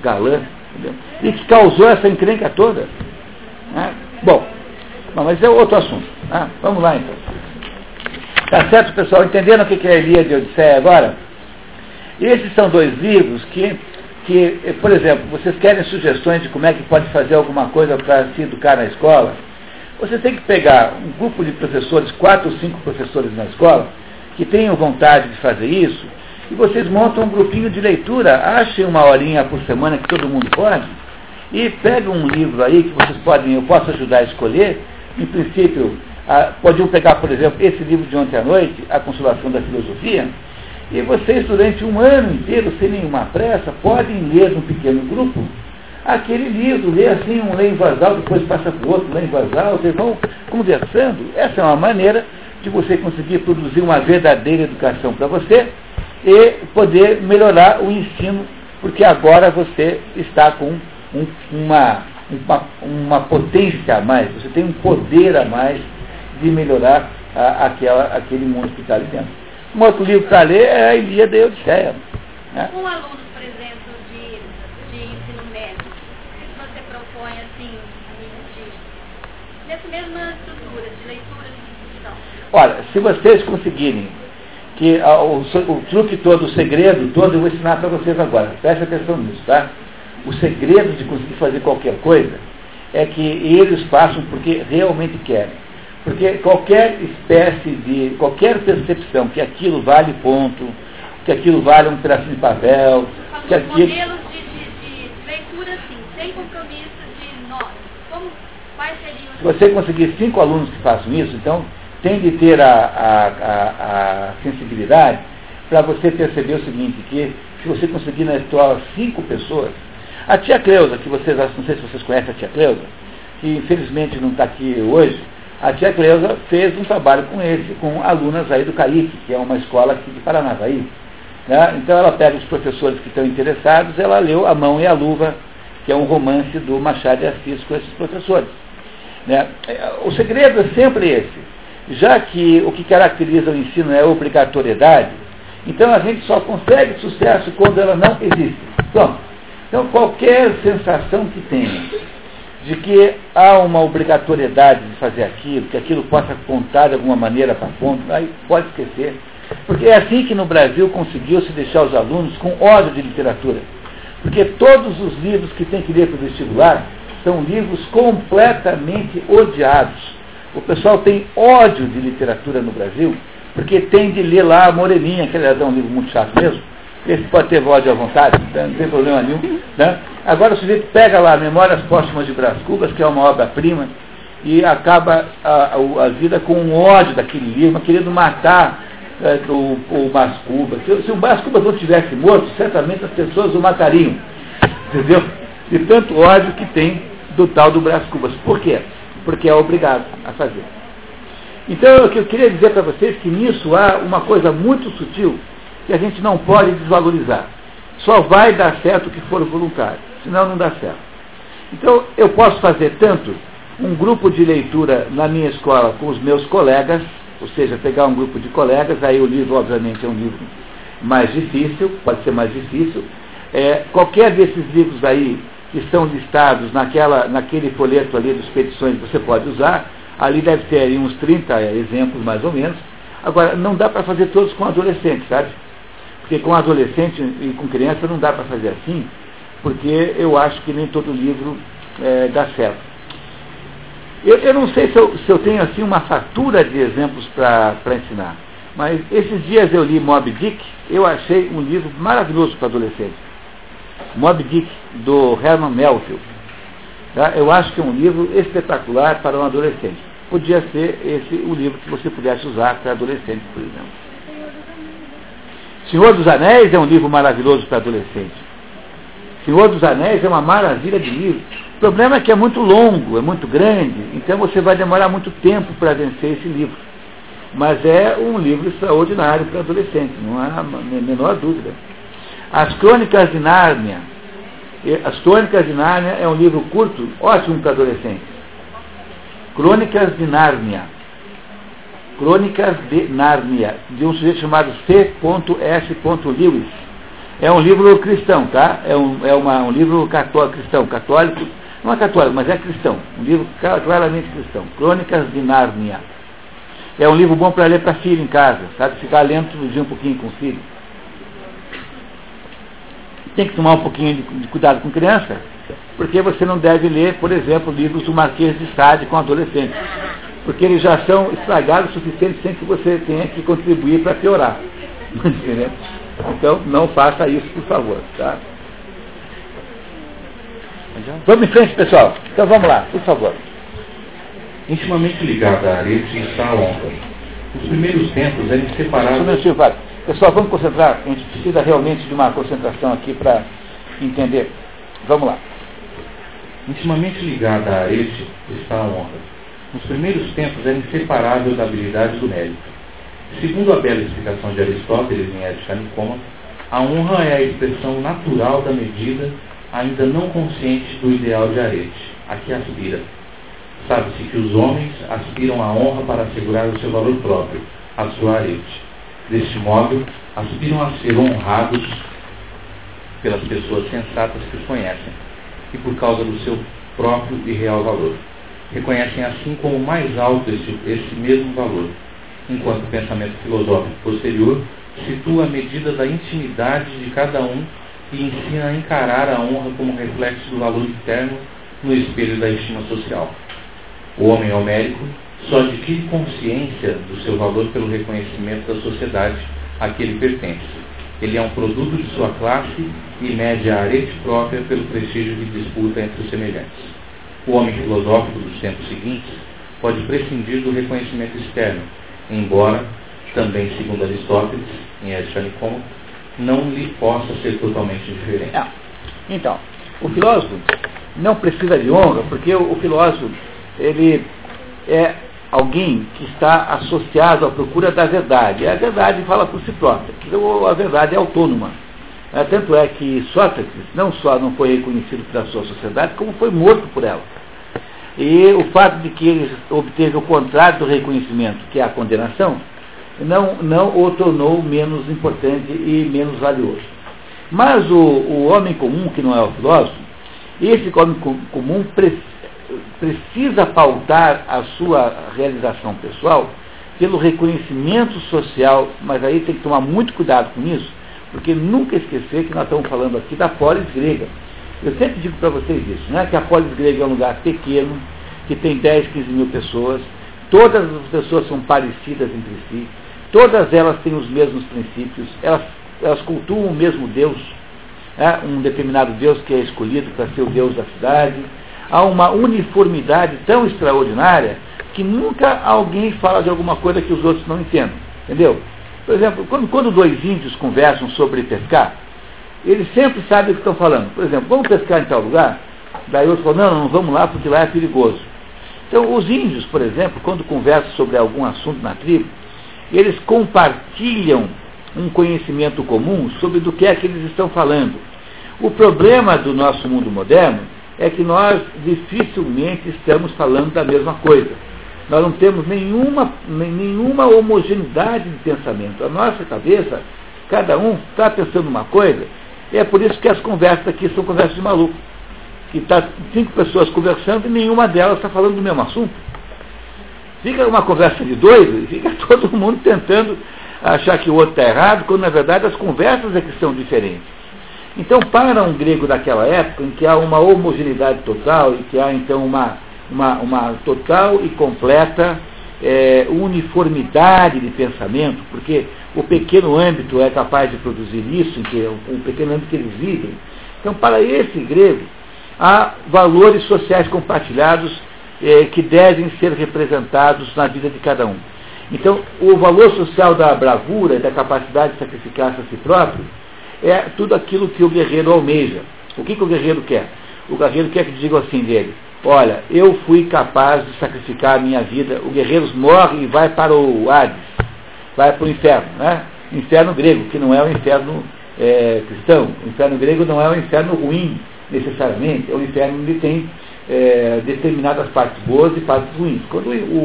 Speaker 1: galã, entendeu? E que causou essa encrenca toda. Né? Bom, mas é outro assunto. Né? Vamos lá então. Tá certo, pessoal? Entenderam o que é a Ilíada e a Odisseia agora? Esses são dois livros que, por exemplo, vocês querem sugestões de como é que pode fazer alguma coisa para se educar na escola? Você tem que pegar um grupo de professores, 4 ou 5 professores na escola, que tenham vontade de fazer isso, e vocês montam um grupinho de leitura, achem uma horinha por semana que todo mundo pode, e pegam um livro aí que vocês podem, eu posso ajudar a escolher. Em princípio, podiam pegar, por exemplo, esse livro de ontem à noite, A Consolação da Filosofia, e vocês, durante um ano inteiro, sem nenhuma pressa, podem ler num pequeno grupo aquele livro, ler assim, lê em voz alta, depois passa para o outro, lê em voz alta, e vão conversando. Essa é uma maneira de você conseguir produzir uma verdadeira educação para você e poder melhorar o ensino, porque agora você está com uma potência a mais, você tem um poder a mais de melhorar aquele mundo que está ali dentro. Um outro livro para ler é a Ilíada e a Odisseia. Né?
Speaker 2: Um aluno, por exemplo, de ensino médio, o que você propõe assim, nessa mesma estrutura de leitura de discussão?
Speaker 1: Olha, se vocês conseguirem que o truque todo, o segredo todo, eu vou ensinar para vocês agora. Preste atenção nisso, tá? O segredo de conseguir fazer qualquer coisa é que eles façam porque realmente querem. Porque qualquer percepção que aquilo vale ponto, que aquilo vale um pedacinho de papel, que aquilo...
Speaker 2: Modelos de leitura, assim, sem compromisso de nós. Quais seriam...
Speaker 1: Se você conseguir 5 alunos que façam isso, então tem de ter a sensibilidade para você perceber o seguinte, que se você conseguir na escola 5 pessoas, a tia Cleusa, que vocês, não sei se vocês conhecem a tia Cleusa, que infelizmente não está aqui hoje, a tia Cleusa fez um trabalho com alunas aí do CAIC, que é uma escola aqui de Paranavaí. Né? Então ela pega os professores que estão interessados, ela leu A Mão e a Luva, que é um romance do Machado de Assis com esses professores. Né? O segredo é sempre esse. Já que o que caracteriza o ensino é a obrigatoriedade, então a gente só consegue sucesso quando ela não existe. Pronto. Então qualquer sensação que tenha de que há uma obrigatoriedade de fazer aquilo, que aquilo possa contar de alguma maneira para ponto, aí pode esquecer. Porque é assim que no Brasil conseguiu-se deixar os alunos com ódio de literatura. Porque todos os livros que tem que ler para o vestibular são livros completamente odiados. O pessoal tem ódio de literatura no Brasil, porque tem de ler lá a Moreninha, que aliás é um livro muito chato mesmo. Esse pode ter ódio à vontade, não tem problema nenhum. Né? Agora o sujeito pega lá Memórias Póstumas de Brás Cubas, que é uma obra-prima, e acaba a vida com um ódio daquele livro, querendo matar o Brás Cubas. Se o Brás Cubas não tivesse morto, certamente as pessoas o matariam. Entendeu? De tanto ódio que tem do tal do Brás Cubas. Por quê? Porque é obrigado a fazer. Então, o que eu queria dizer para vocês é que nisso há uma coisa muito sutil que a gente não pode desvalorizar. Só vai dar certo o que for voluntário, senão não dá certo. Então, eu posso fazer tanto um grupo de leitura na minha escola com os meus colegas, ou seja, pegar um grupo de colegas, aí o livro, obviamente, é um livro mais difícil, pode ser mais difícil. Qualquer desses livros aí que estão listados naquele folheto ali das petições você pode usar, ali deve ter aí uns 30 exemplos mais ou menos. Agora, não dá para fazer todos com adolescentes, sabe? Porque com adolescente e com criança não dá para fazer assim, porque eu acho que nem todo livro dá certo. Eu não sei se eu tenho assim uma fatura de exemplos para ensinar, mas esses dias eu li Moby Dick, eu achei um livro maravilhoso para adolescente. Moby Dick, do Herman Melville. Tá? Eu acho que é um livro espetacular para um adolescente. Podia ser esse o livro que você pudesse usar para adolescente, por exemplo. Senhor dos Anéis é um livro maravilhoso para adolescente. Senhor dos Anéis é uma maravilha de livro. O problema é que é muito longo, é muito grande, então você vai demorar muito tempo para vencer esse livro. Mas é um livro extraordinário para adolescente, não há a menor dúvida. As Crônicas de Nárnia. As Crônicas de Nárnia é um livro curto, ótimo para adolescente. Crônicas de Nárnia. Crônicas de Nárnia, de um sujeito chamado C.S. Lewis. É um livro cristão, tá? Um livro cristão, católico, não é católico, mas é cristão. Um livro claramente cristão. Crônicas de Nárnia. É um livro bom para ler para filho em casa, sabe? Ficar lendo todo dia um pouquinho com o filho. Tem que tomar um pouquinho de cuidado com criança, porque você não deve ler, por exemplo, livros do Marquês de Sade com adolescentes, porque eles já são estragados o suficiente sem que você tenha que contribuir para piorar. Entendeu? Então, não faça isso, por favor. Tá? Vamos em frente, pessoal. Então, vamos lá, por favor.
Speaker 3: Intimamente ligada a Arete está a honra. Nos primeiros tempos eram separados.
Speaker 1: Pessoal, vamos concentrar. A gente precisa realmente de uma concentração aqui para entender. Vamos lá.
Speaker 3: Intimamente ligada a Arete está a honra. Nos primeiros tempos era inseparável da habilidade do mérito. Segundo a bela explicação de Aristóteles em Ética Nicômaco, a honra é a expressão natural da medida, ainda não consciente do ideal de Arete, a que aspira. Sabe-se que os homens aspiram à honra para assegurar o seu valor próprio, a sua Arete. Deste modo, aspiram a ser honrados pelas pessoas sensatas que os conhecem, e por causa do seu próprio e real valor. Reconhecem assim como mais alto esse mesmo valor, enquanto o pensamento filosófico posterior situa a medida da intimidade de cada um e ensina a encarar a honra como reflexo do valor interno no espelho da estima social. O homem homérico só adquire consciência do seu valor pelo reconhecimento da sociedade a que ele pertence. Ele é um produto de sua classe e mede a arete própria pelo prestígio que disputa entre os semelhantes. O homem filosófico dos tempos seguintes pode prescindir do reconhecimento externo, embora, também segundo Aristóteles, em Ética Nicômaco, não lhe possa ser totalmente diferente.
Speaker 1: Então, o filósofo não precisa de honra, porque o filósofo, ele é alguém que está associado à procura da verdade. A verdade fala por si própria, a verdade é autônoma. Tanto é que Sócrates não só não foi reconhecido pela sua sociedade, como foi morto por ela. E o fato de que ele obteve o contrário do reconhecimento, que é a condenação, não o tornou menos importante e menos valioso. Mas o homem comum, que não é o filósofo, esse homem comum precisa pautar a sua realização pessoal pelo reconhecimento social, mas aí tem que tomar muito cuidado com isso, porque nunca esquecer que nós estamos falando aqui da polis grega. Eu sempre digo para vocês isso, né? Que a polis grega é um lugar pequeno, que tem 10, 15 mil pessoas, todas as pessoas são parecidas entre si, todas elas têm os mesmos princípios, elas cultuam o mesmo Deus, um determinado Deus que é escolhido para ser o Deus da cidade. Há uma uniformidade tão extraordinária que nunca alguém fala de alguma coisa que os outros não entendam, entendeu? Por exemplo, quando dois índios conversam sobre pescar, eles sempre sabem o que estão falando. Por exemplo, vamos pescar em tal lugar? Daí outro fala, não vamos lá porque lá é perigoso. Então, os índios, por exemplo, quando conversam sobre algum assunto na tribo, eles compartilham um conhecimento comum sobre do que é que eles estão falando. O problema do nosso mundo moderno é que nós dificilmente estamos falando da mesma coisa. Nós não temos nenhuma homogeneidade de pensamento. A nossa cabeça, cada um está pensando uma coisa, e é por isso que as conversas aqui são conversas de maluco. Que está 5 pessoas conversando e nenhuma delas está falando do mesmo assunto. Fica uma conversa de doido e fica todo mundo tentando achar que o outro está errado, quando na verdade as conversas é que são diferentes. Então, para um grego daquela época, em que há uma homogeneidade total, e que há então uma total e completa uniformidade de pensamento, porque o pequeno âmbito é capaz de produzir isso, em que o pequeno âmbito que eles vivem. Então, para esse grego, há valores sociais compartilhados que devem ser representados na vida de cada um. Então, o valor social da bravura e da capacidade de sacrificar-se a si próprio é tudo aquilo que o guerreiro almeja. O que o guerreiro quer? O guerreiro quer que digam assim dele: olha, eu fui capaz de sacrificar a minha vida. O guerreiro morre e vai para o Hades, vai para o inferno, né? Inferno grego, que não é o inferno cristão. O inferno grego não é um inferno ruim, necessariamente. É um inferno onde tem determinadas partes boas e partes ruins. Quando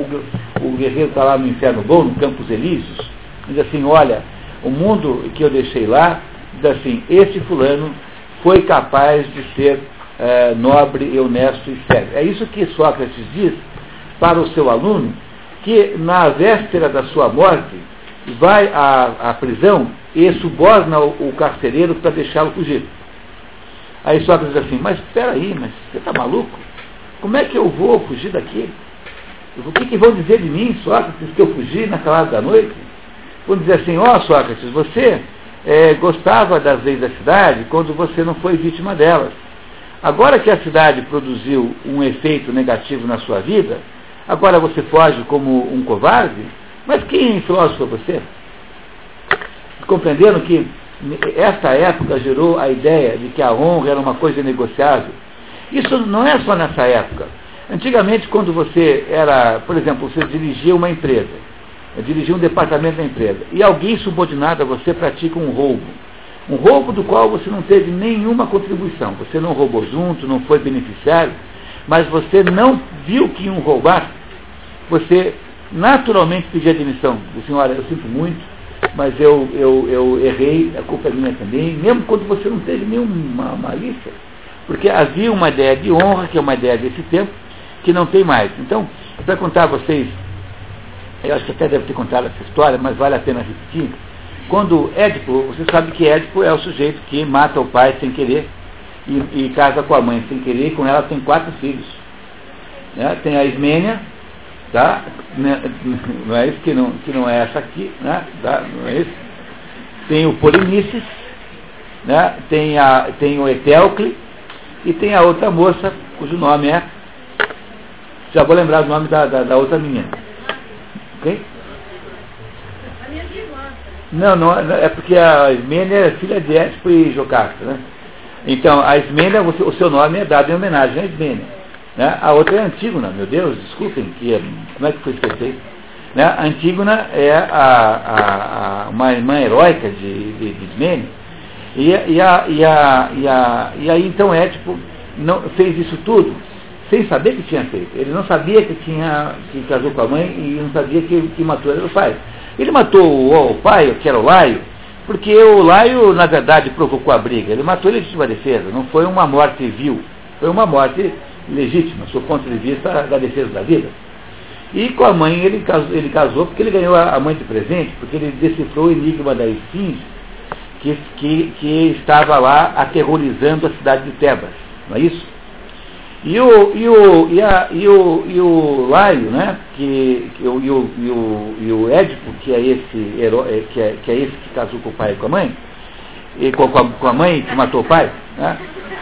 Speaker 1: o guerreiro está lá no inferno bom, no Campos Elíseos, diz assim: olha, o mundo que eu deixei lá diz assim, esse fulano foi capaz de ser nobre e honesto e sério. É isso que Sócrates diz para o seu aluno, que na véspera da sua morte vai à prisão e suborna o carcereiro para deixá-lo fugir. Aí Sócrates diz assim, mas espera aí, mas você está maluco? Como é que eu vou fugir daqui? O que vão dizer de mim, Sócrates, que eu fugi naquela hora da noite? Vão dizer assim, Sócrates, você gostava das leis da cidade quando você não foi vítima delas. Agora que a cidade produziu um efeito negativo na sua vida, agora você foge como um covarde? Mas que filósofo é você? Compreenderam que essa época gerou a ideia de que a honra era uma coisa negociável? Isso não é só nessa época. Antigamente, quando você era, por exemplo, você dirigia uma empresa, dirigia um departamento da empresa, e alguém subordinado a você pratica um roubo do qual você não teve nenhuma contribuição, você não roubou junto, não foi beneficiário, mas você não viu que iam roubar, você naturalmente pedia demissão. Disse, olha, eu sinto muito, mas eu errei, a culpa é minha também, mesmo quando você não teve nenhuma malícia, porque havia uma ideia de honra, que é uma ideia desse tempo, que não tem mais. Então, para contar a vocês, eu acho que até deve ter contado essa história, mas vale a pena repetir. Quando Édipo, você sabe que Édipo é o sujeito que mata o pai sem querer e casa com a mãe sem querer, e com ela tem 4 filhos. Né? Tem a Ismênia, tá? Não é isso que não é essa aqui, né? Tá? Não é isso. Tem o Polinices, né? Tem o Etéocle e tem a outra moça cujo nome é, já vou lembrar o nome da outra menina. Ok? Não, é porque a Ismênia é filha de Édipo e Jocasta, né? Então, a Ismênia, o seu nome é dado em homenagem à Ismênia. Né? A outra é Antígona, meu Deus, desculpem, como é que foi feito? Né? A Antígona é uma irmã heróica de Ismênia. E aí, então, Édipo fez isso tudo sem saber que tinha feito. Ele não sabia que casou com a mãe e não sabia que matou o pai. Ele matou o pai, que era o Laio, porque o Laio, na verdade, provocou a briga. Ele matou em legítima defesa, não foi uma morte vil, foi uma morte legítima, do ponto de vista da defesa da vida. E com a mãe ele casou porque ele ganhou a mãe de presente, porque ele decifrou o enigma da Esfinge, que estava lá aterrorizando a cidade de Tebas, não é isso? E o Laio, né, e o Édipo, que é esse herói, que é esse que casou com o pai e com a mãe, e com a mãe que matou o pai, né,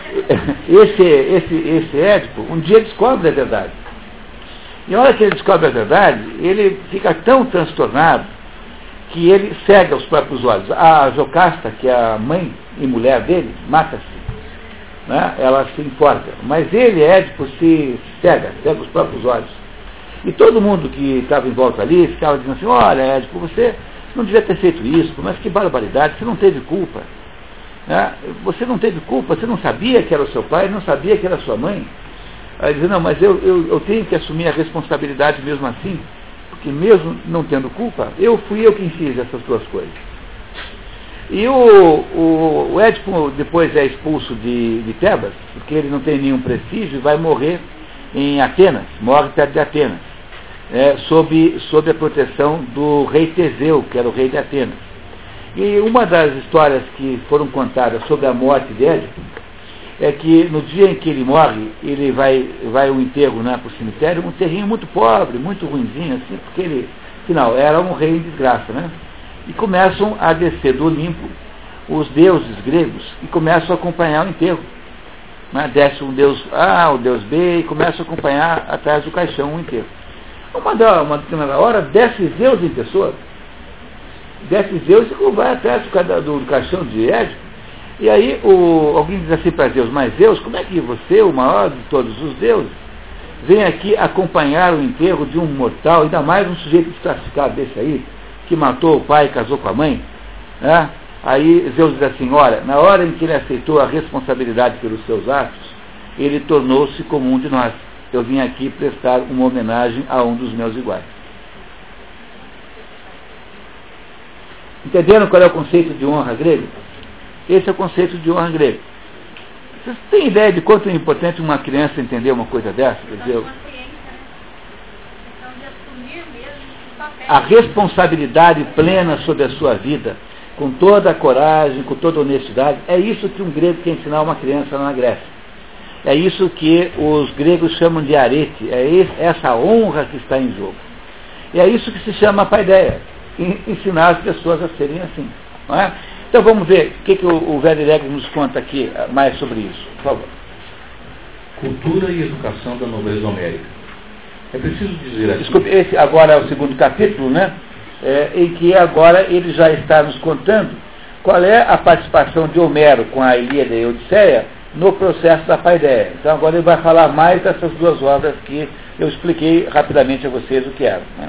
Speaker 1: esse Édipo um dia descobre a verdade. E na hora que ele descobre a verdade, ele fica tão transtornado que ele cega os próprios olhos. A Jocasta, que é a mãe e mulher dele, mata-se. Né? Ela se enforca. Mas ele, Édipo, se cega os próprios olhos. E todo mundo que estava em volta ali ficava dizendo assim, olha, Édipo, você não devia ter feito isso, mas que barbaridade, você não teve culpa. Né? Você não teve culpa, você não sabia que era o seu pai, não sabia que era a sua mãe. Aí dizia, não, mas eu tenho que assumir a responsabilidade mesmo assim, porque mesmo não tendo culpa, fui eu quem fiz essas duas coisas. E o Édipo depois é expulso de Tebas, porque ele não tem nenhum prestígio e vai morrer em Atenas, morre perto de Atenas, sob a proteção do rei Teseu, que era o rei de Atenas. E uma das histórias que foram contadas sobre a morte de Édipo é que no dia em que ele morre, ele vai ao enterro, né, para o cemitério, um terrinho muito pobre, muito ruinzinho, assim, porque ele, afinal, era um rei em desgraça, né? E começam a descer do Olimpo os deuses gregos e começam a acompanhar o enterro. Né? Desce um deus A, o deus B, e começam a acompanhar atrás do caixão o enterro. Uma determinada hora, desce Zeus em pessoa. Desce Zeus e vai atrás do caixão de Édipo. E aí alguém diz assim para Zeus, mas Zeus, como é que você, o maior de todos os deuses, vem aqui acompanhar o enterro de um mortal, ainda mais um sujeito desclassificado desse aí, que matou o pai e casou com a mãe? Né? Aí Zeus diz assim, olha, na hora em que ele aceitou a responsabilidade pelos seus atos, ele tornou-se como um de nós. Eu vim aqui prestar uma homenagem a um dos meus iguais. Entenderam qual é o conceito de honra grego? Esse é o conceito de honra grego. Vocês têm ideia de quanto é importante uma criança entender uma coisa dessa? Quer dizer, a responsabilidade plena sobre a sua vida, com toda a coragem, com toda a honestidade, é isso que um grego quer ensinar a uma criança na Grécia. É isso que os gregos chamam de arete, é essa honra que está em jogo. E é isso que se chama paideia, ensinar as pessoas a serem assim. Não é? Então vamos ver o que o Velho Regis nos conta aqui mais sobre isso, por favor.
Speaker 3: Cultura e educação da nobreza homérica. É preciso dizer aqui...
Speaker 1: Desculpe, esse agora é o segundo capítulo, né? Em que agora ele já está nos contando qual é a participação de Homero com a Ilíada e a Odisseia no processo da paideia. Então agora ele vai falar mais dessas duas obras que eu expliquei rapidamente a vocês o que eram. Né?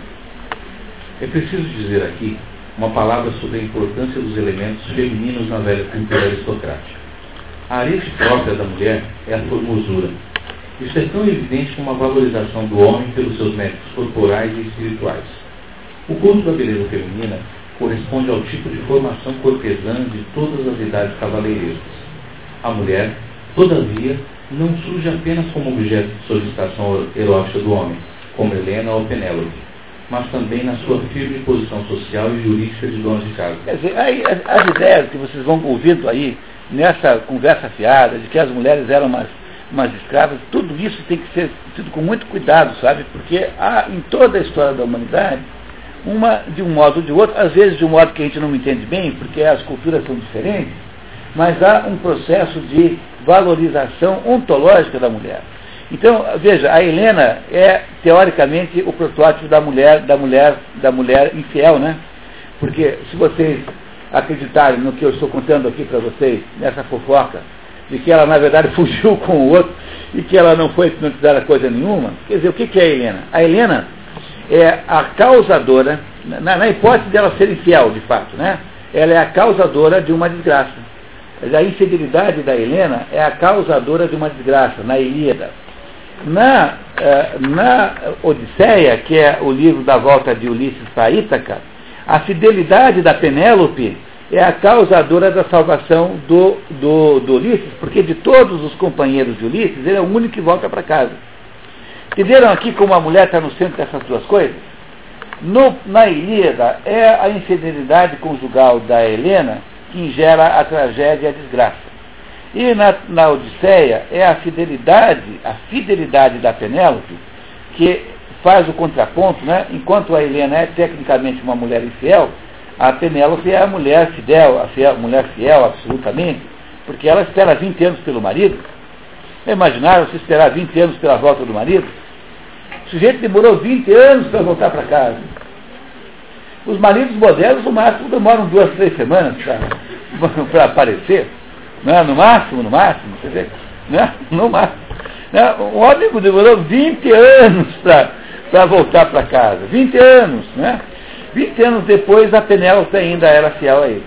Speaker 3: É preciso dizer aqui uma palavra sobre a importância dos elementos femininos na velha cultura aristocrática. A arete própria da mulher é a formosura. Isso é tão evidente como a valorização do homem pelos seus méritos corporais e espirituais. O culto da beleza feminina corresponde ao tipo de formação cortesã de todas as idades cavaleirescas. A mulher, todavia, não surge apenas como objeto de solicitação erótica do homem, como Helena ou Penélope, mas também na sua firme posição social e jurídica de dona de casa.
Speaker 1: Quer dizer, as ideias que vocês vão ouvindo aí, nessa conversa fiada, de que as mulheres eram umas escravas, tudo isso tem que ser tido com muito cuidado, sabe? Porque há em toda a história da humanidade, uma de um modo ou de outro, às vezes de um modo que a gente não entende bem, porque as culturas são diferentes, mas há um processo de valorização ontológica da mulher. Então, veja, a Helena é teoricamente o protótipo da mulher infiel, né? Porque se vocês acreditarem no que eu estou contando aqui para vocês, nessa fofoca, de que ela na verdade fugiu com o outro e que ela não foi hipnotizada coisa nenhuma, quer dizer, o que é a Helena? A Helena é a causadora, na hipótese dela ser infiel, de fato, né? Ela é a causadora de uma desgraça. A infidelidade da Helena é a causadora de uma desgraça, na Ilíada. Na Odisseia, que é o livro da volta de Ulisses para Ítaca, a fidelidade da Penélope é a causadora da salvação do Ulisses, porque de todos os companheiros de Ulisses, ele é o único que volta para casa. Entenderam aqui como a mulher está no centro dessas duas coisas? Na Ilíada, é a infidelidade conjugal da Helena que gera a tragédia e a desgraça. E na Odisseia, é a fidelidade da Penélope que faz o contraponto, né? Enquanto a Helena é tecnicamente uma mulher infiel, a Penélope é a mulher fidel, mulher fiel absolutamente, porque ela espera 20 anos pelo marido. Imaginaram se esperar 20 anos pela volta do marido? O sujeito demorou 20 anos para voltar para casa. Os maridos modernos, no máximo, demoram 2, 3 semanas para aparecer. Não, no máximo, quer dizer, né? No máximo. Um homem demorou 20 anos para voltar para casa. 20 anos, né? 20 anos depois, a Penélope ainda era fiel a ele.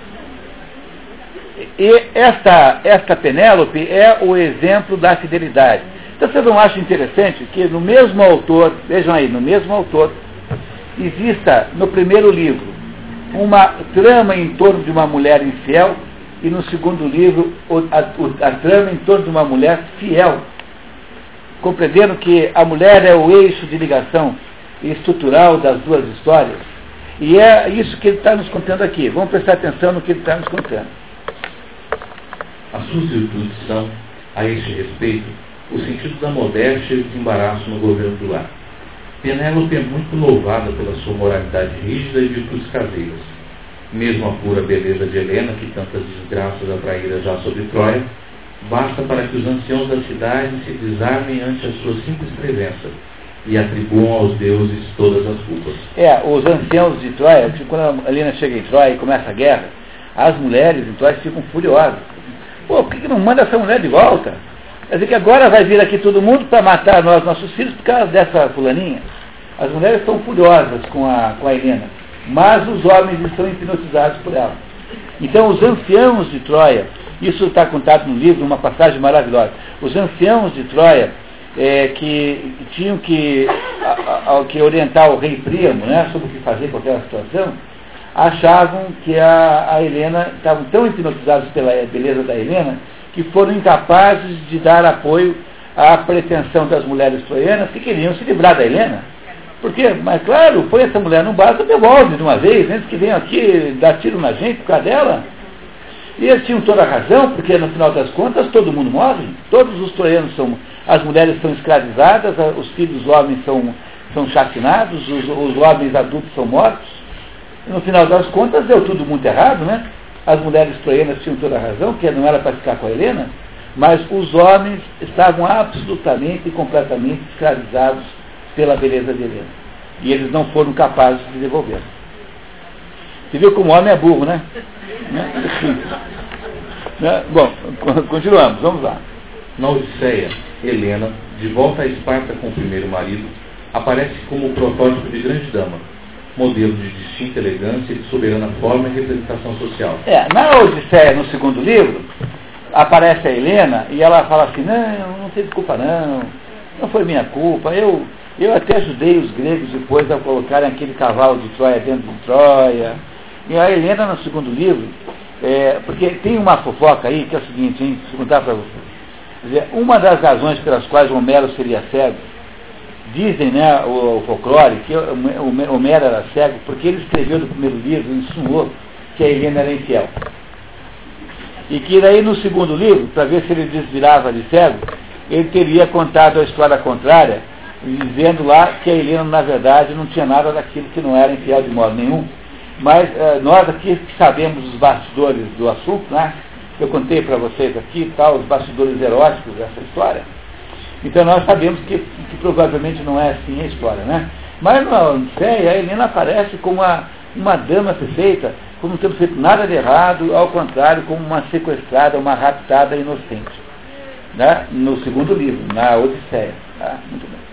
Speaker 1: E esta Penélope é o exemplo da fidelidade. Então vocês não acham interessante que no mesmo autor, vejam aí, no mesmo autor, exista no primeiro livro uma trama em torno de uma mulher infiel e no segundo livro a trama em torno de uma mulher fiel. Compreendendo que a mulher é o eixo de ligação estrutural das duas histórias. E é isso que ele está nos contando aqui. Vamos prestar atenção no que ele está nos contando.
Speaker 3: As suas virtudes são, a este respeito, o sentido da modéstia e do embaraço no governo do lar. Penélope é muito louvada pela sua moralidade rígida e virtudes caseiras. Mesmo a pura beleza de Helena, que tantas desgraças atraíra já sobre Troia, basta para que os anciãos da cidade se desarmem ante a sua simples presença e atribuam aos deuses todas as culpas.
Speaker 1: Os anciãos de Troia, quando a Helena chega em Troia e começa a guerra, as mulheres em Troia ficam furiosas. Pô, por que não manda essa mulher de volta? Quer dizer que agora vai vir aqui todo mundo para matar nossos filhos por causa dessa fulaninha. As mulheres estão furiosas com a Helena, mas os homens estão hipnotizados por ela. Então os anciãos de Troia, isso está contado no livro, uma passagem maravilhosa. Os anciãos de Troia, que tinham que orientar o rei Príamo, né, sobre o que fazer com aquela situação, achavam que a Helena, estavam tão hipnotizados pela beleza da Helena, que foram incapazes de dar apoio à pretensão das mulheres troianas que queriam se livrar da Helena. Por quê? Mas claro, põe essa mulher num barco e devolve de uma vez, antes que venham aqui dar tiro na gente por causa dela. E eles tinham toda a razão, porque no final das contas todo mundo morre. Todos os troianos as mulheres são escravizadas, os filhos dos homens são chacinados, os homens adultos são mortos. E no final das contas deu tudo muito errado, né? As mulheres troianas tinham toda a razão, que não era para ficar com a Helena, mas os homens estavam absolutamente e completamente escravizados pela beleza de Helena. E eles não foram capazes de devolver. Você viu como o homem é burro, né? Bom, continuamos, vamos lá.
Speaker 3: Na Odisseia, Helena, de volta a Esparta com o primeiro marido, aparece como o protótipo de grande dama, modelo de distinta elegância e de soberana forma e representação social.
Speaker 1: Na Odisseia, no segundo livro, aparece a Helena e ela fala assim, não teve culpa não foi minha culpa, eu até ajudei os gregos depois a colocarem aquele cavalo de Troia dentro de Troia. E a Helena, no segundo livro, porque tem uma fofoca aí, que é o seguinte, hein, se contar para vocês. Quer dizer, uma das razões pelas quais Homero seria cego, dizem, né, o folclore, que Homero era cego, porque ele escreveu no primeiro livro, insinuou que a Helena era infiel. E que daí no segundo livro, para ver se ele desvirava de cego, ele teria contado a história contrária, dizendo lá que a Helena, na verdade, não tinha nada daquilo, que não era infiel de modo nenhum. Mas nós aqui sabemos os bastidores do assunto, né? Eu contei para vocês aqui, os bastidores eróticos dessa história. Então nós sabemos que provavelmente não é assim a história, né? Mas na Odisseia, a Helena aparece como uma dama perfeita, como não tendo feito nada de errado, ao contrário, como uma sequestrada, uma raptada inocente. Né? No segundo livro, na Odisseia. Muito bem.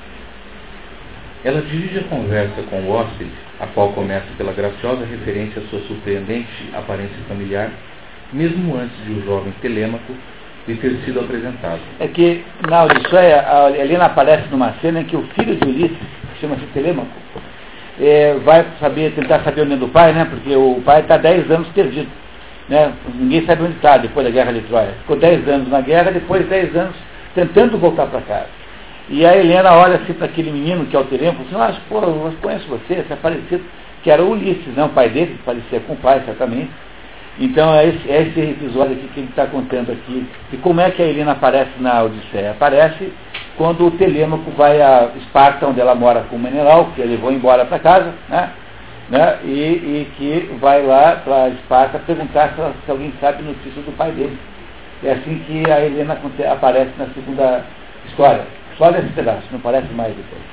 Speaker 3: Ela dirige a conversa com o hóspede, a qual começa pela graciosa referência à sua surpreendente aparência familiar, mesmo antes de o jovem Telêmaco lhe ter sido apresentado.
Speaker 1: É que na Odisseia, a Helena aparece numa cena em que o filho de Ulisses, que chama-se Telêmaco, vai tentar saber o nome do pai, né? Porque o pai está 10 anos perdido. Né? Ninguém sabe onde está depois da guerra de Troia. Ficou 10 anos na guerra, depois 10 anos tentando voltar para casa. E a Helena olha assim para aquele menino que é o Telêmaco e fala assim, eu conheço você é parecido, que era o Ulisses, não o pai dele, que parecia com o pai, certamente. Então é esse episódio aqui que ele está contando aqui. E como é que a Helena aparece na Odisseia? Aparece quando o Telêmaco vai a Esparta, onde ela mora com o Menelau, que ele levou embora para casa, né? E que vai lá para Esparta perguntar se alguém sabe notícia do pai dele. É assim que a Helena aparece na segunda história. Só nesse pedaço, não parece mais depois.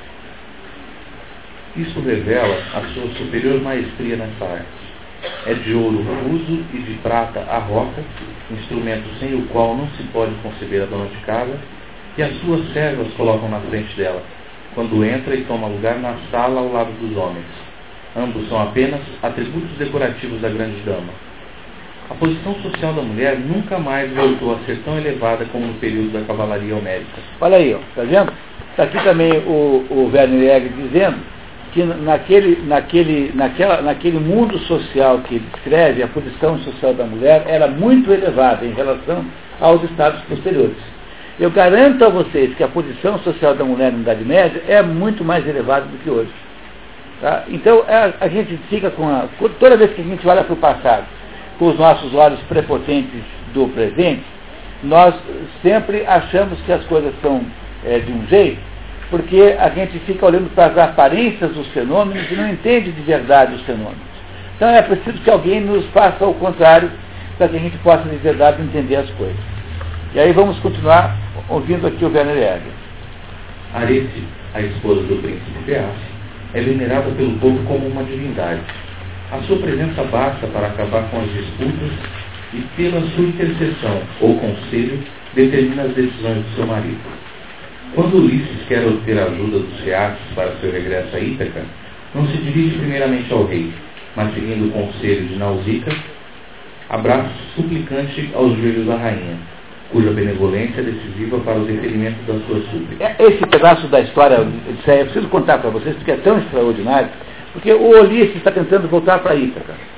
Speaker 3: Isso revela a sua superior maestria nessa arte. É de ouro fuso e de prata a roca, instrumento sem o qual não se pode conceber a dona de casa, que as suas servas colocam na frente dela, quando entra e toma lugar na sala ao lado dos homens. Ambos são apenas atributos decorativos da grande dama. A posição social da mulher nunca mais voltou a ser tão elevada como no período da cavalaria homérica.
Speaker 1: Olha aí, está vendo? Está aqui também o Werner Egger dizendo que naquele mundo social que ele descreve, a posição social da mulher era muito elevada em relação aos estados posteriores. Eu garanto a vocês que a posição social da mulher na Idade Média é muito mais elevada do que hoje. Tá? Então a gente fica toda vez que a gente olha para o passado, com os nossos olhos prepotentes do presente, nós sempre achamos que as coisas são de um jeito, porque a gente fica olhando para as aparências dos fenômenos e não entende de verdade os fenômenos. Então é preciso que alguém nos faça o contrário, para que a gente possa de verdade entender as coisas. E aí vamos continuar ouvindo aqui o Werner Egger.
Speaker 3: Arete, a esposa do príncipe Peace, é venerada pelo povo como uma divindade. A sua presença basta para acabar com as disputas e, pela sua intercessão ou conselho, determina as decisões do seu marido. Quando Ulisses quer obter a ajuda dos Feaces para seu regresso a Ítaca, não se dirige primeiramente ao rei, mas, seguindo o conselho de Nausicaa, abraça suplicante aos joelhos da rainha, cuja benevolência é decisiva para o deferimento das suas súplicas.
Speaker 1: Esse pedaço da história, eu preciso contar para vocês, porque é tão extraordinário, porque o Ulisses está tentando voltar para Ítaca.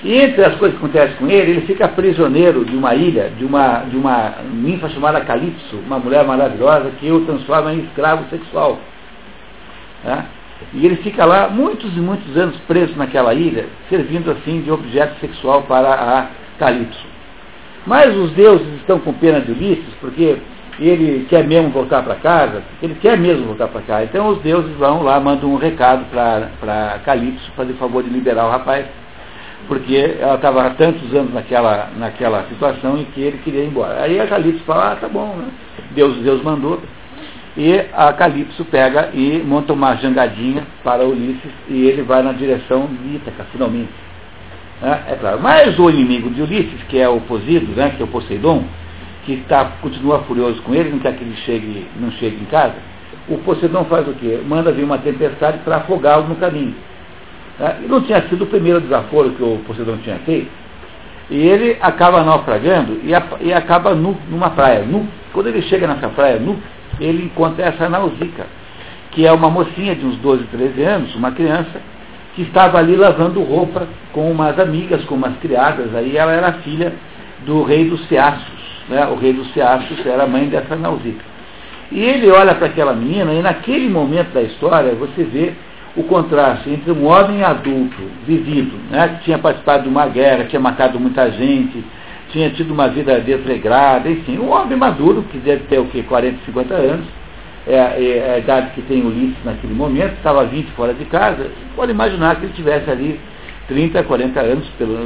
Speaker 1: E entre as coisas que acontecem com ele, ele fica prisioneiro de uma ilha, de uma ninfa chamada Calipso, uma mulher maravilhosa que o transforma em escravo sexual. Tá? E ele fica lá muitos e muitos anos preso naquela ilha, servindo assim de objeto sexual para a Calipso. Mas os deuses estão com pena de Ulisses, porque ele quer mesmo voltar para casa, ele quer mesmo voltar para casa. Então os deuses vão lá, mandam um recado para Calipso, fazer o favor de liberar o rapaz, porque ela estava há tantos anos naquela situação em que ele queria ir embora. Aí a Calipso fala, tá bom, né? Deus mandou. E a Calipso pega e monta uma jangadinha para Ulisses e ele vai na direção de Ítaca, finalmente. É claro. Mas o inimigo de Ulisses, que é o Posido, né, que é o Poseidon, que continua furioso com ele, não quer que ele não chegue em casa, o Poseidon faz o quê? Manda vir uma tempestade para afogá-lo no caminho. E não tinha sido o primeiro desaforo que o Poseidon tinha feito. E ele acaba naufragando e acaba numa praia. Quando ele chega nessa praia, ele encontra essa Nausicaa, que é uma mocinha de uns 12, 13 anos, uma criança, que estava ali lavando roupa com umas amigas, com umas criadas. Aí ela era filha do rei dos Ceaços. Né? O rei dos Ceaços era a mãe dessa Nausicaa. E ele olha para aquela menina e naquele momento da história você vê o contraste entre um homem adulto, vivido, né, que tinha participado de uma guerra, tinha matado muita gente, tinha tido uma vida desregrada, enfim, um homem maduro, que deve ter o quê, 40, 50 anos, é a idade que tem Ulisses naquele momento, estava 20 fora de casa, pode imaginar que ele tivesse ali 30, 40 anos,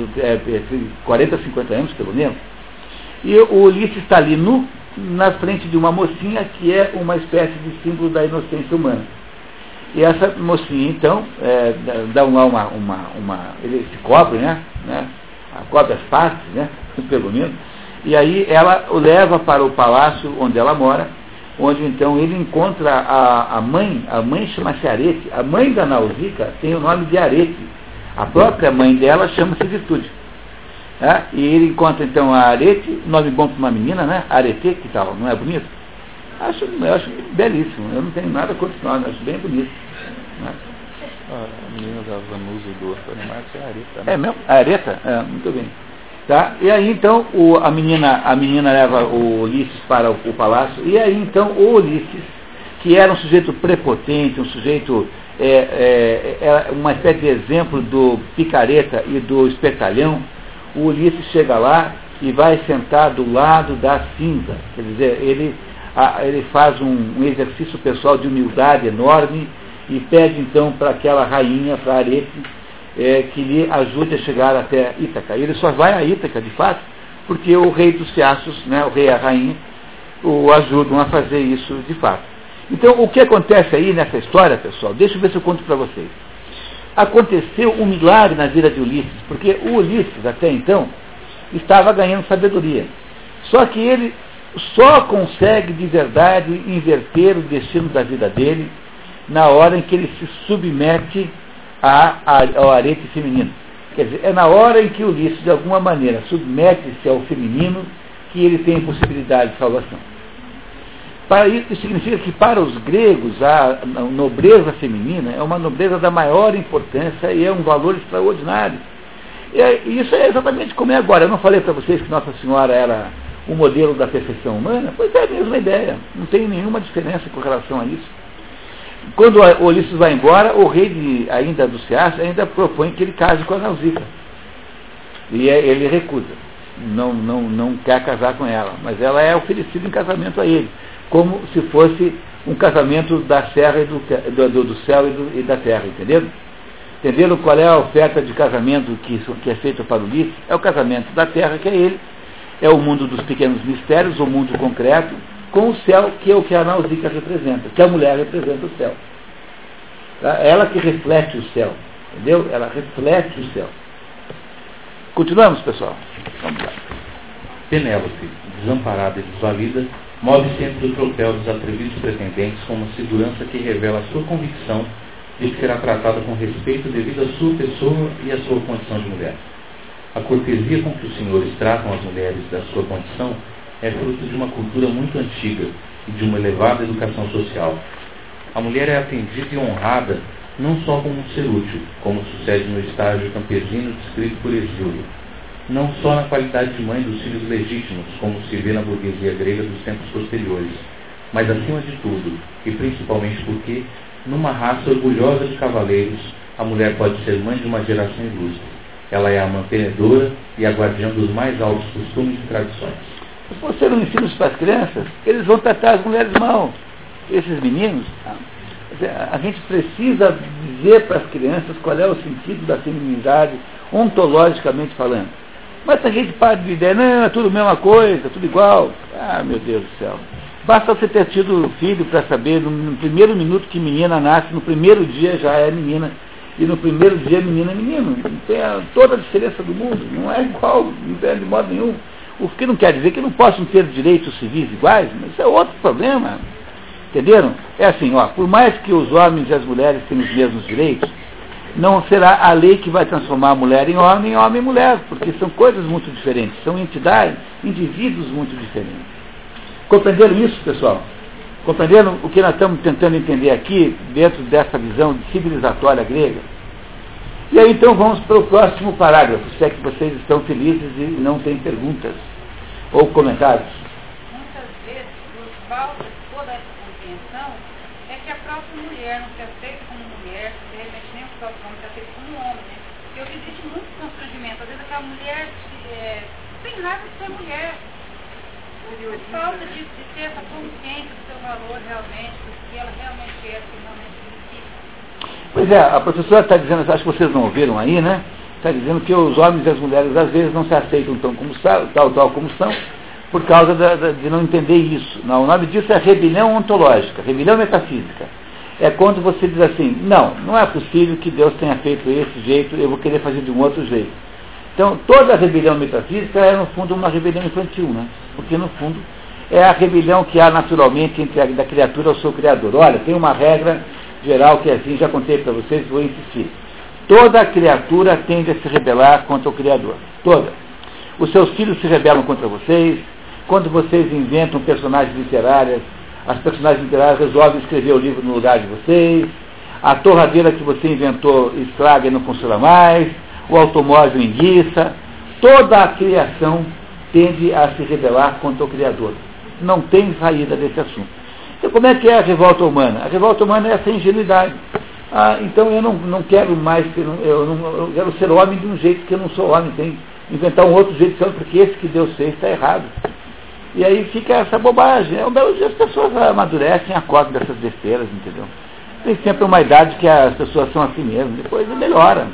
Speaker 1: 40, 50 anos pelo menos. E o Ulisses está ali na frente de uma mocinha que é uma espécie de símbolo da inocência humana. E essa mocinha, então, dá ele se cobre, né? Cobre as partes, né? Pelo menos. E aí ela o leva para o palácio onde ela mora, onde então ele encontra a mãe chama-se Arete, a mãe da Nausicaa tem o nome de Arete, a própria mãe dela chama-se Virtude. E ele encontra então a Arete, nome bom para uma menina, né? Arete, que tal, não é bonito? Acho belíssimo, eu não tenho nada contra esse nome, acho bem bonito. Né?
Speaker 4: A menina da Vanusa do Animais é a Areta. Né?
Speaker 1: É mesmo? A Areta? Muito bem. Tá? E aí então a menina leva o Ulisses para o palácio, e aí então o Ulisses, que era um sujeito prepotente, um sujeito, uma espécie de exemplo do picareta e do espertalhão, o Ulisses chega lá e vai sentar do lado da cinza, quer dizer, ele faz um exercício pessoal de humildade enorme e pede então para aquela rainha, para Arete, que lhe ajude a chegar até Ítaca. Ele só vai a Ítaca, de fato, porque o rei dos Ceaços, né, o rei e a rainha, o ajudam a fazer isso de fato. Então, o que acontece aí nessa história, pessoal, deixa eu ver se eu conto para vocês. Aconteceu um milagre na vida de Ulisses, porque o Ulisses, até então, estava ganhando sabedoria. Só que ele só consegue de verdade inverter o destino da vida dele na hora em que ele se submete ao arete feminino. Quer dizer, é na hora em que Ulisses, de alguma maneira, submete-se ao feminino que ele tem possibilidade de salvação. Para isso significa que para os gregos a nobreza feminina é uma nobreza da maior importância e é um valor extraordinário. E isso é exatamente como é agora. Eu não falei para vocês que Nossa Senhora era o modelo da perfeição humana? Pois é a mesma ideia. Não tem nenhuma diferença com relação a isso. Quando o Ulisses vai embora, o rei ainda do Ceaço ainda propõe que ele case com a Nausicaa. E ele recusa. Não quer casar com ela. Mas ela é oferecida em casamento a ele. Como se fosse um casamento da serra e do céu e da terra. Entenderam? Entenderam qual é a oferta de casamento que é feita para Ulisses? É o casamento da terra, que é ele. É o mundo dos pequenos mistérios, o mundo concreto, com o céu, que é o que a Nausicaa representa, que a mulher representa o céu. Tá? Ela que reflete o céu, entendeu? Ela reflete o céu. Continuamos, pessoal? Vamos lá.
Speaker 3: Penélope, desamparada e desvalida, move sempre o tropel dos atrevidos pretendentes com uma segurança que revela a sua convicção de que será tratada com respeito devido à sua pessoa e à sua condição de mulher. A cortesia com que os senhores tratam as mulheres da sua condição é fruto de uma cultura muito antiga e de uma elevada educação social. A mulher é atendida e honrada não só como um ser útil, como sucede no estágio campesino descrito por Hesíodo, não só na qualidade de mãe dos filhos legítimos, como se vê na burguesia grega dos tempos posteriores, mas acima de tudo, e principalmente porque, numa raça orgulhosa de cavaleiros, a mulher pode ser mãe de uma geração ilustre. Ela é a mantenedora e a guardiã dos mais altos costumes e tradições.
Speaker 1: Se você não ensina isso para as crianças, eles vão tratar as mulheres mal. Esses meninos, a gente precisa dizer para as crianças qual é o sentido da feminilidade, ontologicamente falando. Mas a gente parte de ideia, não, é tudo a mesma coisa, tudo igual. Ah, meu Deus do céu. Basta você ter tido filho para saber, no primeiro minuto que menina nasce, no primeiro dia já é menina, e no primeiro dia menina é menino. Não tem toda a diferença do mundo, não é igual, não tem de modo nenhum. O que não quer dizer que não possam ter direitos civis iguais, mas isso é outro problema. Entenderam? É assim, ó, por mais que os homens e as mulheres tenham os mesmos direitos, não será a lei que vai transformar a mulher em homem e mulher, porque são coisas muito diferentes, são entidades, indivíduos muito diferentes. Compreenderam isso, pessoal? Compreenderam o que nós estamos tentando entender aqui, dentro dessa visão civilizatória grega? E aí então vamos para o próximo parágrafo, se é que vocês estão felizes e não têm perguntas ou comentários.
Speaker 5: Muitas vezes, por falta de toda essa compreensão, é que a própria mulher não se aceita como mulher, de repente nem o próprio homem se aceita como homem, né? Porque existe muito constrangimento. Às vezes aquela mulher tem raiva de ser mulher. Por falta de ter essa consciência do seu valor realmente, do que ela realmente é, do que realmente significa.
Speaker 1: Pois é, a professora está dizendo, acho que vocês não ouviram aí, né? Está dizendo que os homens e as mulheres às vezes não se aceitam tal como são, por causa de não entender isso. Não, o nome disso é rebelião ontológica, rebelião metafísica. É quando você diz assim, não é possível que Deus tenha feito esse jeito, eu vou querer fazer de um outro jeito. Então, toda a rebelião metafísica é, no fundo, uma rebelião infantil, né? Porque, no fundo, é a rebelião que há naturalmente entre da criatura ao seu Criador. Olha, tem uma regra geral que é assim, já contei para vocês, vou insistir. Toda criatura tende a se rebelar contra o Criador. Toda. Os seus filhos se rebelam contra vocês. Quando vocês inventam personagens literárias, as personagens literárias resolvem escrever o livro no lugar de vocês. A torradeira que você inventou estraga e não funciona mais. O automóvel enguiça. Toda a criação tende a se rebelar contra o Criador. Não tem saída desse assunto. Então, como é que é a revolta humana? A revolta humana é essa ingenuidade. Então eu não quero mais, eu quero ser homem de um jeito que eu não sou homem, tem que inventar um outro jeito de ser, porque esse que Deus fez está errado. E aí fica essa bobagem. Um belo dia as pessoas amadurecem, acordam dessas besteiras, entendeu? Tem sempre uma idade que as pessoas são assim mesmo, depois melhora.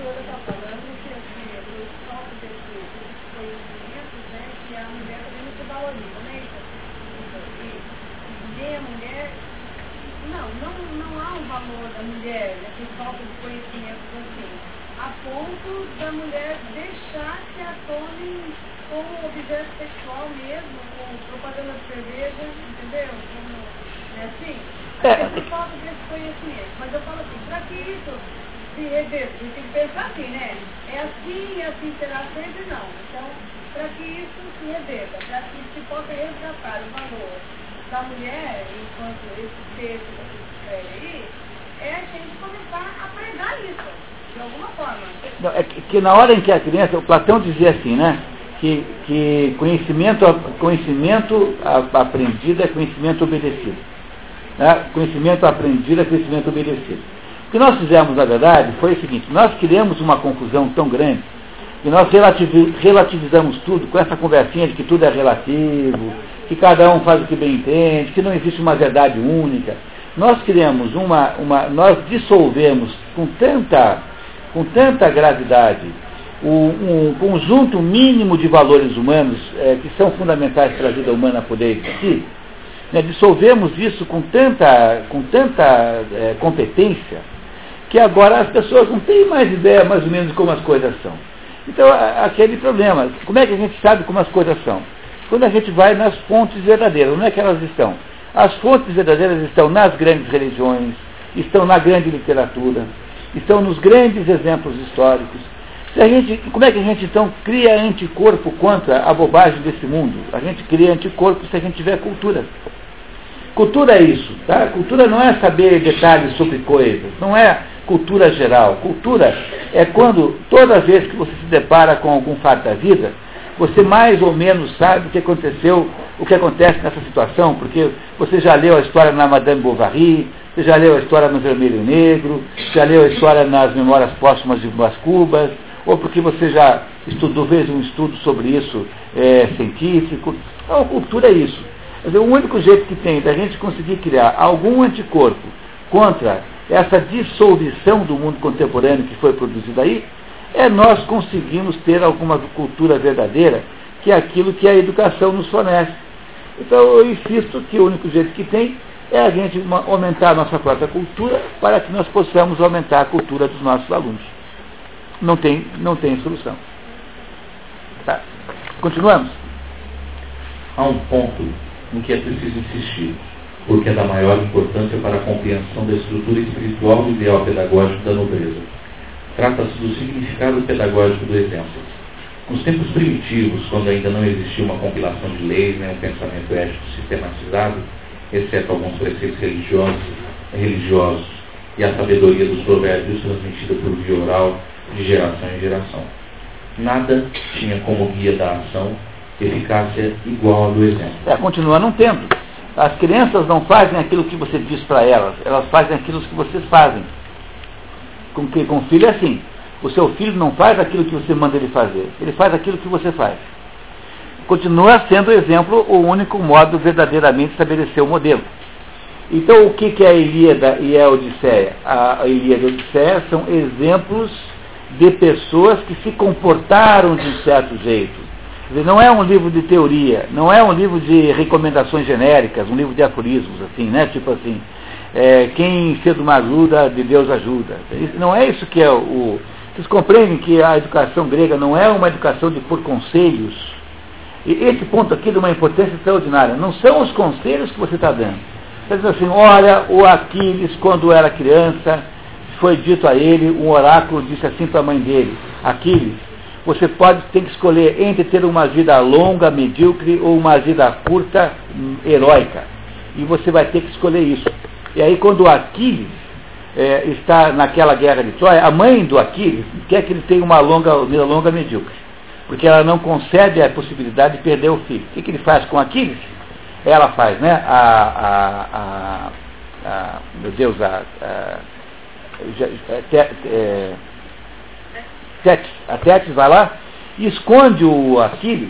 Speaker 2: Da mulher deixar que a tomem como objeto sexual mesmo, com propaganda de cerveja, entendeu? É assim? É por falta desse conhecimento. Mas eu falo assim, para que isso se reverta, a gente tem que pensar assim, né? É assim será sempre não. Então, para que isso se reverta, para que se possa resgatar o valor da mulher, enquanto esse texto que você escreve aí, é a gente começar a pregar isso. De alguma forma.
Speaker 1: Não, é que na hora em que a criança, o Platão dizia assim, né? Que conhecimento aprendido é conhecimento obedecido. Né? Conhecimento aprendido é conhecimento obedecido. O que nós fizemos, na verdade, foi o seguinte, nós criamos uma confusão tão grande que nós relativizamos tudo com essa conversinha de que tudo é relativo, que cada um faz o que bem entende, que não existe uma verdade única. Nós criamos nós dissolvemos com tanta gravidade um conjunto mínimo de valores humanos que são fundamentais para a vida humana poder existir, né? Dissolvemos isso com tanta competência que agora as pessoas não têm mais ideia mais ou menos de como as coisas são. Então, aquele problema, como é que a gente sabe como as coisas são? Quando a gente vai nas fontes verdadeiras, onde é que elas estão? As fontes verdadeiras estão nas grandes religiões, estão na grande literatura, estão nos grandes exemplos históricos. Como é que a gente então cria anticorpo contra a bobagem desse mundo? A gente cria anticorpo se a gente tiver cultura. Cultura é isso, tá? Cultura não é saber detalhes sobre coisas, não é cultura geral. Cultura é quando, toda vez que você se depara com algum fato da vida, você mais ou menos sabe o que aconteceu, o que acontece nessa situação, porque você já leu a história na Madame Bovary, você já leu a história no Vermelho e Negro, já leu a história nas Memórias Póstumas de Brás Cubas, ou porque você já estudou, fez um estudo sobre isso científico. Então, a cultura é isso. Quer dizer, o único jeito que tem da gente conseguir criar algum anticorpo contra essa dissolução do mundo contemporâneo que foi produzida aí, é nós conseguimos ter alguma cultura verdadeira, que é aquilo que a educação nos fornece. Então eu insisto que o único jeito que tem é a gente aumentar a nossa própria cultura para que nós possamos aumentar a cultura dos nossos alunos. Não tem solução. Tá. Continuamos.
Speaker 3: Há um ponto em que é preciso insistir, porque é da maior importância para a compreensão da estrutura espiritual do ideal pedagógico da nobreza. Trata-se do significado pedagógico do exemplo. Nos tempos primitivos, quando ainda não existia uma compilação de leis, nem um pensamento ético sistematizado, exceto alguns preceitos religiosos e a sabedoria dos provérbios transmitida por via oral de geração em geração, nada tinha como guia da ação eficácia igual à do exemplo.
Speaker 1: Continua não tendo. As crianças não fazem aquilo que você diz para elas, elas fazem aquilo que vocês fazem. Com o filho é assim. O seu filho não faz aquilo que você manda ele fazer, ele faz aquilo que você faz. Continua sendo o exemplo o único modo verdadeiramente de estabelecer o modelo. Então, o que é a Ilíada e a Odisseia? A Ilíada e a Odisseia são exemplos de pessoas que se comportaram de um certo jeito. Quer dizer, não é um livro de teoria, não é um livro de recomendações genéricas, um livro de aforismos, assim, né? Tipo assim, quem cedo uma ajuda, de Deus ajuda. Não é isso que é o... Vocês compreendem que a educação grega não é uma educação de por conselhos? E esse ponto aqui é de uma importância extraordinária. Não são os conselhos que você está dando. Você diz assim, olha, o Aquiles, quando era criança, foi dito a ele, um oráculo disse assim para a mãe dele, Aquiles, você tem que escolher entre ter uma vida longa, medíocre, ou uma vida curta, heróica. E você vai ter que escolher isso. E aí quando o Aquiles está naquela guerra de Troia, a mãe do Aquiles quer que ele tenha uma vida longa medíocre, porque ela não concede a possibilidade de perder o filho. O que ele faz com Aquiles? Ela faz, né? Meu Deus, a Tétis vai lá e esconde o Aquiles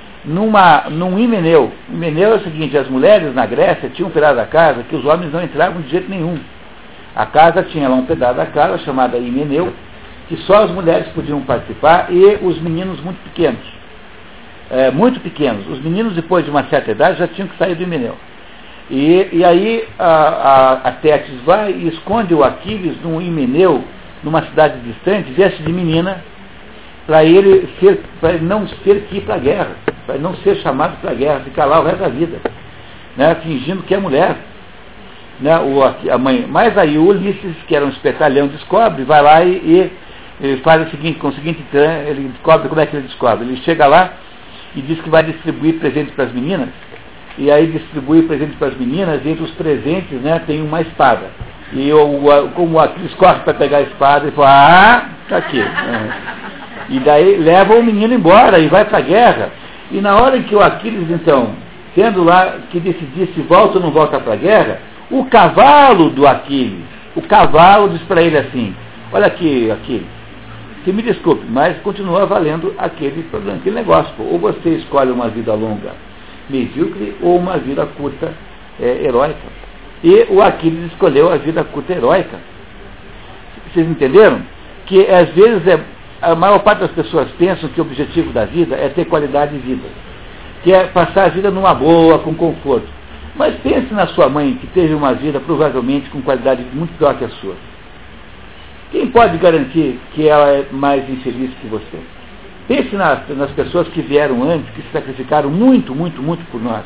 Speaker 1: num himeneu. O himeneu é o seguinte, as mulheres na Grécia tinham um pedaço da casa que os homens não entravam de jeito nenhum. A casa tinha lá um pedaço da casa chamada himeneu, que só as mulheres podiam participar e os meninos muito pequenos. Muito pequenos. Os meninos, depois de uma certa idade, já tinham que sair do himeneu. E aí a Tétis vai e esconde o Aquiles num himeneu, numa cidade distante, veste de menina, para ele não ter que ir para a guerra, para não ser chamado para a guerra, ficar lá o resto da vida, né, fingindo que é mulher. Né, a mãe. Mas aí o Ulisses, que era um espertalhão, descobre, vai lá e faz o seguinte, com o seguinte, ele descobre, como é que ele descobre? Ele chega lá e diz que vai distribuir presentes para as meninas, e aí distribui presentes para as meninas, e entre os presentes, né, tem uma espada. E como o Aquiles corre para pegar a espada, ele fala, tá aqui. E daí leva o menino embora e vai para a guerra. E na hora em que o Aquiles, então, tendo lá que decidir se volta ou não volta para a guerra, o cavalo do Aquiles, o cavalo diz para ele assim, olha aqui, Aquiles, você me desculpe, mas continua valendo aquele negócio. Ou você escolhe uma vida longa, medíocre, ou uma vida curta, heróica. E o Aquiles escolheu a vida curta heróica. Vocês entenderam? Que às vezes a maior parte das pessoas pensam que o objetivo da vida é ter qualidade de vida, que é passar a vida numa boa, com conforto. Mas pense na sua mãe, que teve uma vida provavelmente com qualidade muito pior que a sua. Quem pode garantir que ela é mais infeliz que você? Pense nas pessoas que vieram antes, que se sacrificaram muito, muito, muito por nós.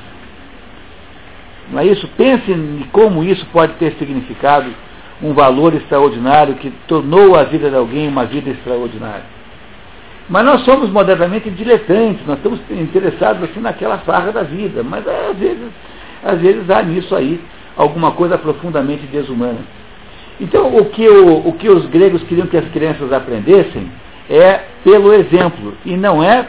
Speaker 1: Não é isso? Pense em como isso pode ter significado um valor extraordinário que tornou a vida de alguém uma vida extraordinária. Mas nós somos modernamente diletantes, nós estamos interessados assim naquela farra da vida, mas às vezes há nisso aí alguma coisa profundamente desumana. Então, o que os gregos queriam que as crianças aprendessem é pelo exemplo, e não é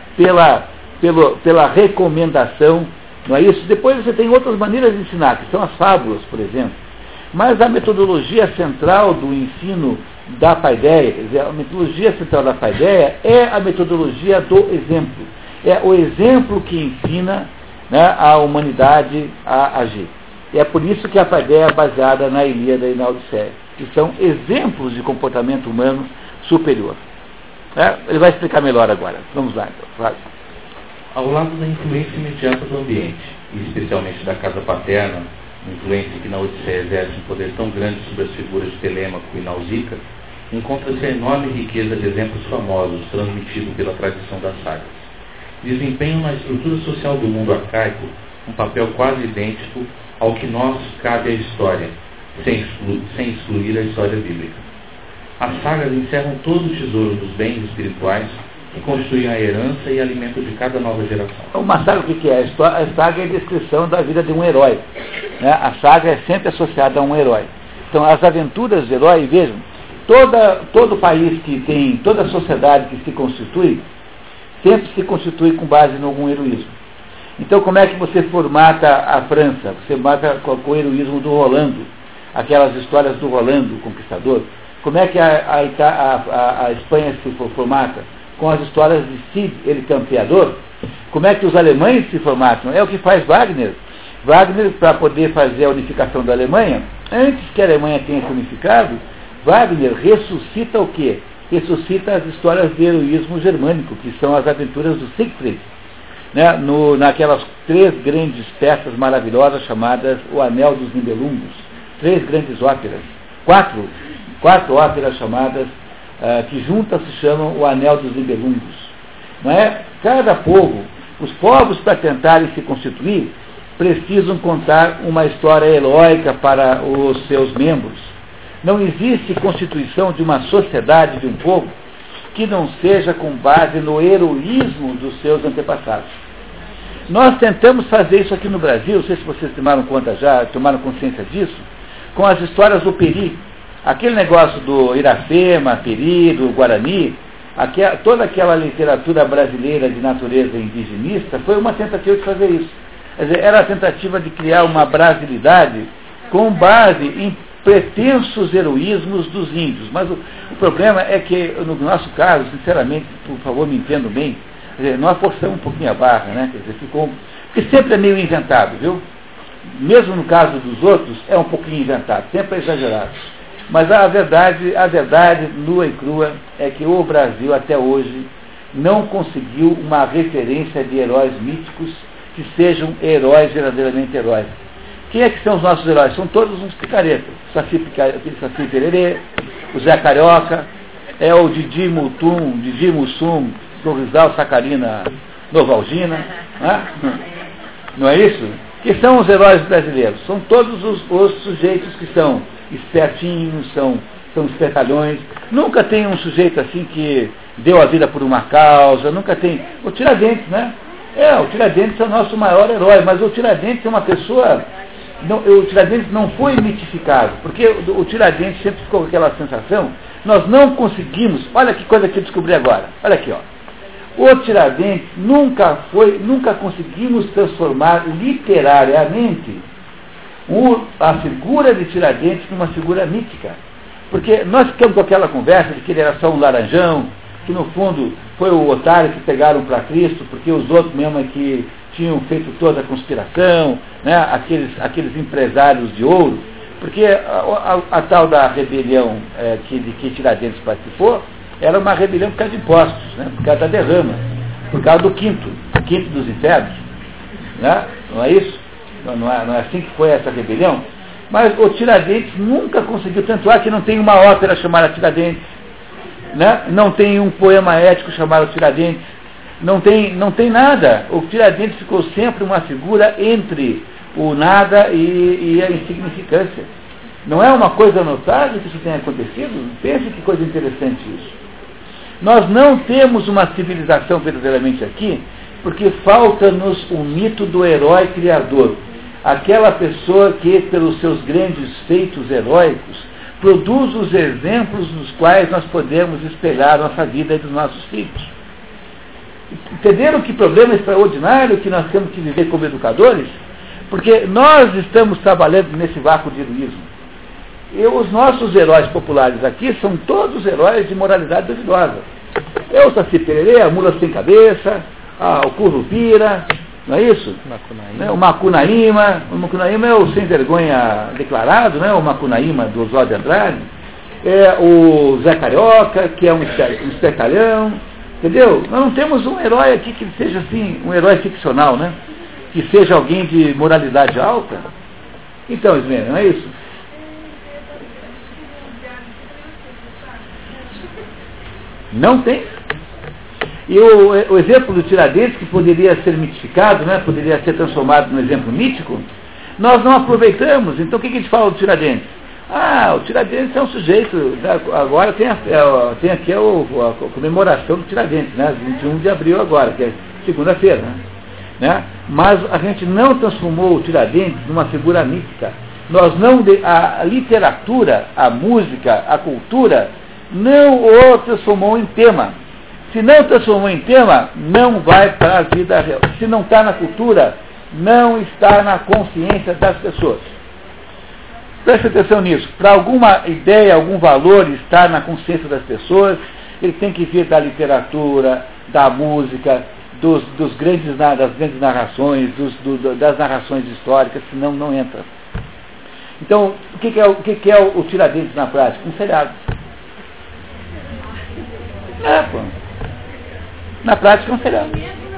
Speaker 1: pela recomendação, não é isso? Depois você tem outras maneiras de ensinar, que são as fábulas, por exemplo. Mas a metodologia central do ensino da paideia, quer dizer, a metodologia central da paideia é a metodologia do exemplo. É o exemplo que ensina, né, a humanidade a agir. E é por isso que a paideia é baseada na Ilíada e na Odisseia, que são exemplos de comportamento humano superior. Ele vai explicar melhor agora. Vamos lá, então. Vai.
Speaker 3: Ao lado da influência imediata do ambiente, e especialmente da casa paterna, influência que na Odisseia exerce um poder tão grande sobre as figuras de Telêmaco e Nausicaa, encontra-se a enorme riqueza de exemplos famosos transmitidos pela tradição das sagas. Desempenham na estrutura social do mundo arcaico um papel quase idêntico ao que nos cabe a história, sem excluir a história bíblica. As sagas encerram todo o tesouro dos bens espirituais que constituem a herança e alimento de cada nova geração.
Speaker 1: Uma saga, o que é? A saga é a descrição da vida de um herói. Né? A saga é sempre associada a um herói. Então, as aventuras do herói, vejam, todo país que tem, toda sociedade que se constitui, sempre se constitui com base em algum heroísmo. Então, como é que você formata a França? Você mata com o heroísmo do Rolando, aquelas histórias do Rolando, o Conquistador. Como é que a Espanha se formata? Com as histórias de Cid, ele campeador. Como é que os alemães se formatam? É o que faz Wagner. Wagner, para poder fazer a unificação da Alemanha, antes que a Alemanha tenha se unificado, Wagner ressuscita o quê? Ressuscita as histórias de heroísmo germânico, que são as aventuras do Siegfried, né? Naquelas 3 grandes peças maravilhosas chamadas O Anel dos Nibelungos. 3 grandes óperas. 4 óperas chamadas, que juntas se chamam O Anel dos Nibelungos. Não é? Cada povo, os povos, para tentarem se constituir, precisam contar uma história heróica para os seus membros. Não existe constituição de uma sociedade, de um povo, que não seja com base no heroísmo dos seus antepassados. Nós tentamos fazer isso aqui no Brasil, não sei se vocês tomaram conta já, tomaram consciência disso, com as histórias do Peri. Aquele negócio do Iracema, Peri, do Guarani, toda aquela literatura brasileira de natureza indigenista foi uma tentativa de fazer isso. Quer dizer, era a tentativa de criar uma brasilidade com base em pretensos heroísmos dos índios. Mas o problema é que, no nosso caso, sinceramente, por favor, me entendam bem, quer dizer, nós forçamos um pouquinho a barra, né? Quer dizer, porque sempre é meio inventado, viu? Mesmo no caso dos outros, é um pouquinho inventado, sempre é exagerado. Mas a verdade nua e crua é que o Brasil, até hoje, não conseguiu uma referência de heróis míticos que sejam heróis, verdadeiramente heróis. Quem é que são os nossos heróis? São todos uns picaretas. Saci Pererê, o Zé Carioca, é o Didi Mussum, Sorrisal, Sacarina, Novalgina, né? Não é isso? Que são os heróis brasileiros? São todos os sujeitos que são espertinhos, são espertalhões. Nunca tem um sujeito assim que deu a vida por uma causa, nunca tem. O Tiradentes, né? O Tiradentes é o nosso maior herói, mas o Tiradentes é uma pessoa. O Tiradentes não foi mitificado, porque o Tiradentes sempre ficou com aquela sensação. Nós não conseguimos, olha que coisa que eu descobri agora, olha aqui, ó. O Tiradentes nunca conseguimos transformar literariamente a figura de Tiradentes numa figura mítica. Porque nós ficamos com aquela conversa de que ele era só um laranjão, que no fundo foi o otário que pegaram para Cristo, porque os outros mesmo é que tinham feito toda a conspiração, né? aqueles empresários de ouro, porque a tal da rebelião de que Tiradentes participou, era uma rebelião por causa de impostos, né? Por causa da derrama, por causa do quinto dos infernos, né? Não é isso? Não é assim que foi essa rebelião? Mas o Tiradentes nunca conseguiu, tanto é que não tem uma ópera chamada Tiradentes, né? Não tem um poema ético chamado Tiradentes, não tem nada. O Tiradentes ficou sempre uma figura entre o nada e a insignificância. Não é uma coisa notável que isso tenha acontecido? Pense que coisa interessante isso. Nós não temos uma civilização verdadeiramente aqui, porque falta-nos o mito do herói criador. Aquela pessoa que, pelos seus grandes feitos heróicos, produz os exemplos nos quais nós podemos espelhar nossa vida e dos nossos filhos. Entenderam que problema extraordinário que nós temos que viver como educadores? Porque nós estamos trabalhando nesse vácuo de heroísmo. E os nossos heróis populares aqui são todos heróis de moralidade duvidosa. É o Saci Pererê, a Mula Sem Cabeça, o Curupira, não é isso?
Speaker 4: Macunaíma.
Speaker 1: O Macunaíma. O Macunaíma é o sem vergonha declarado, né? O Macunaíma do Oswald de Andrade. É o Zé Carioca, que é um espertalhão. Entendeu? Nós não temos um herói aqui que seja assim, um herói ficcional, né? Que seja alguém de moralidade alta. Então, Ismênia, não é isso? Não tem. E o exemplo do Tiradentes, que poderia ser mitificado, né? Poderia ser transformado num exemplo mítico, nós não aproveitamos. Então, o que a gente fala do Tiradentes? O Tiradentes é um sujeito, agora tem aqui a comemoração do Tiradentes, né? 21 de abril agora, que é segunda-feira, né? Mas a gente não transformou o Tiradentes numa figura mítica. A literatura, a música, a cultura, não o transformou em tema. Se não transformou em tema, não vai para a vida real. Se não está na cultura, não está na consciência das pessoas. Preste atenção nisso. Para alguma ideia, algum valor estar na consciência das pessoas, ele tem que vir da literatura, da música, das grandes narrações, das narrações históricas, senão não entra. Então, o que é o Tiradentes na prática? Um seriado. Na prática é um seriado.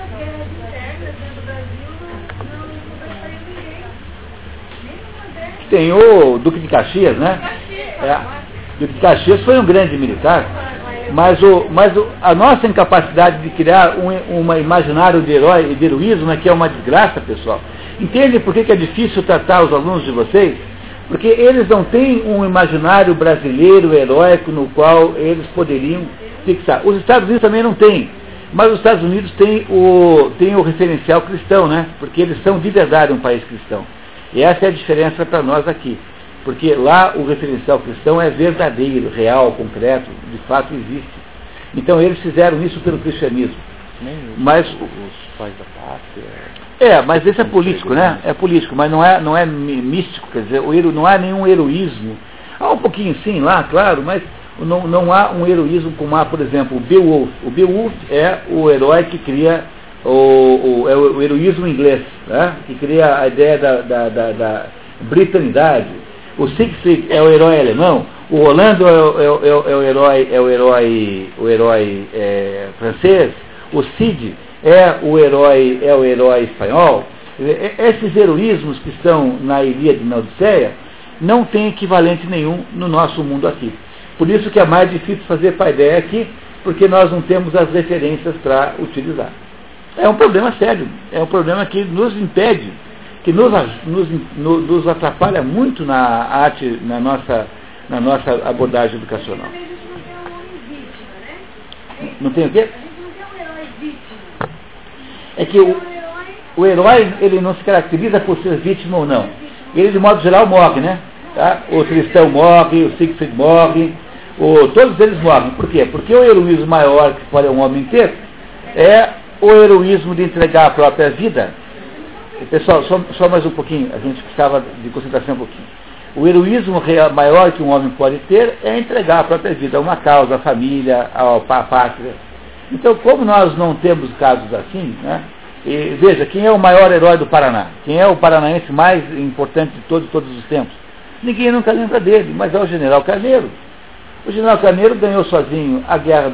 Speaker 1: Tem o Duque de Caxias, né? Duque de Caxias foi um grande militar, mas a nossa incapacidade de criar um imaginário de herói e de heroísmo é que é uma desgraça, pessoal. Entende por que é difícil tratar os alunos de vocês? Porque eles não têm um imaginário brasileiro, heróico, no qual eles poderiam fixar. Os Estados Unidos também não têm, mas os Estados Unidos têm o referencial cristão, né? Porque eles são de verdade um país cristão. E essa é a diferença para nós aqui. Porque lá o referencial cristão é verdadeiro, real, concreto, de fato existe. Então eles fizeram isso pelo cristianismo. Mas
Speaker 4: os pais da pátria.
Speaker 1: Mas esse é político, né? É político, mas não é místico, quer dizer, não há nenhum heroísmo. Há um pouquinho sim lá, claro, mas não há um heroísmo como há, por exemplo, o Beowulf. O Beowulf é o herói que cria o heroísmo inglês, né? Que cria a ideia da britanidade. O Siegfried é o herói alemão. O Rolando é o herói francês. O Cid é o herói espanhol. Esses heroísmos que estão na Ilíada e na Odisseia não têm equivalente nenhum no nosso mundo aqui. Por isso que é mais difícil fazer paideia aqui, porque nós não temos as referências para utilizar. É um problema sério, é um problema que nos impede, que nos atrapalha muito na arte, na nossa abordagem educacional. Não tem o quê? É que o herói, ele não se caracteriza por ser vítima ou não. Ele, de modo geral, morre, né? Tá? O Tristão morre, o Siegfried morre, todos eles morrem. Por quê? Porque o heroísmo maior que pode um homem ter é o heroísmo de entregar a própria vida. E, pessoal, só mais um pouquinho, a gente precisava de concentração um pouquinho. O heroísmo maior que um homem pode ter é entregar a própria vida a uma causa, a família, a pátria. Então, como nós não temos casos assim, né? E, veja, quem é o maior herói do Paraná? Quem é o paranaense mais importante de todos os tempos? Ninguém nunca lembra dele, mas é o General Carneiro. O General Carneiro ganhou sozinho a guerra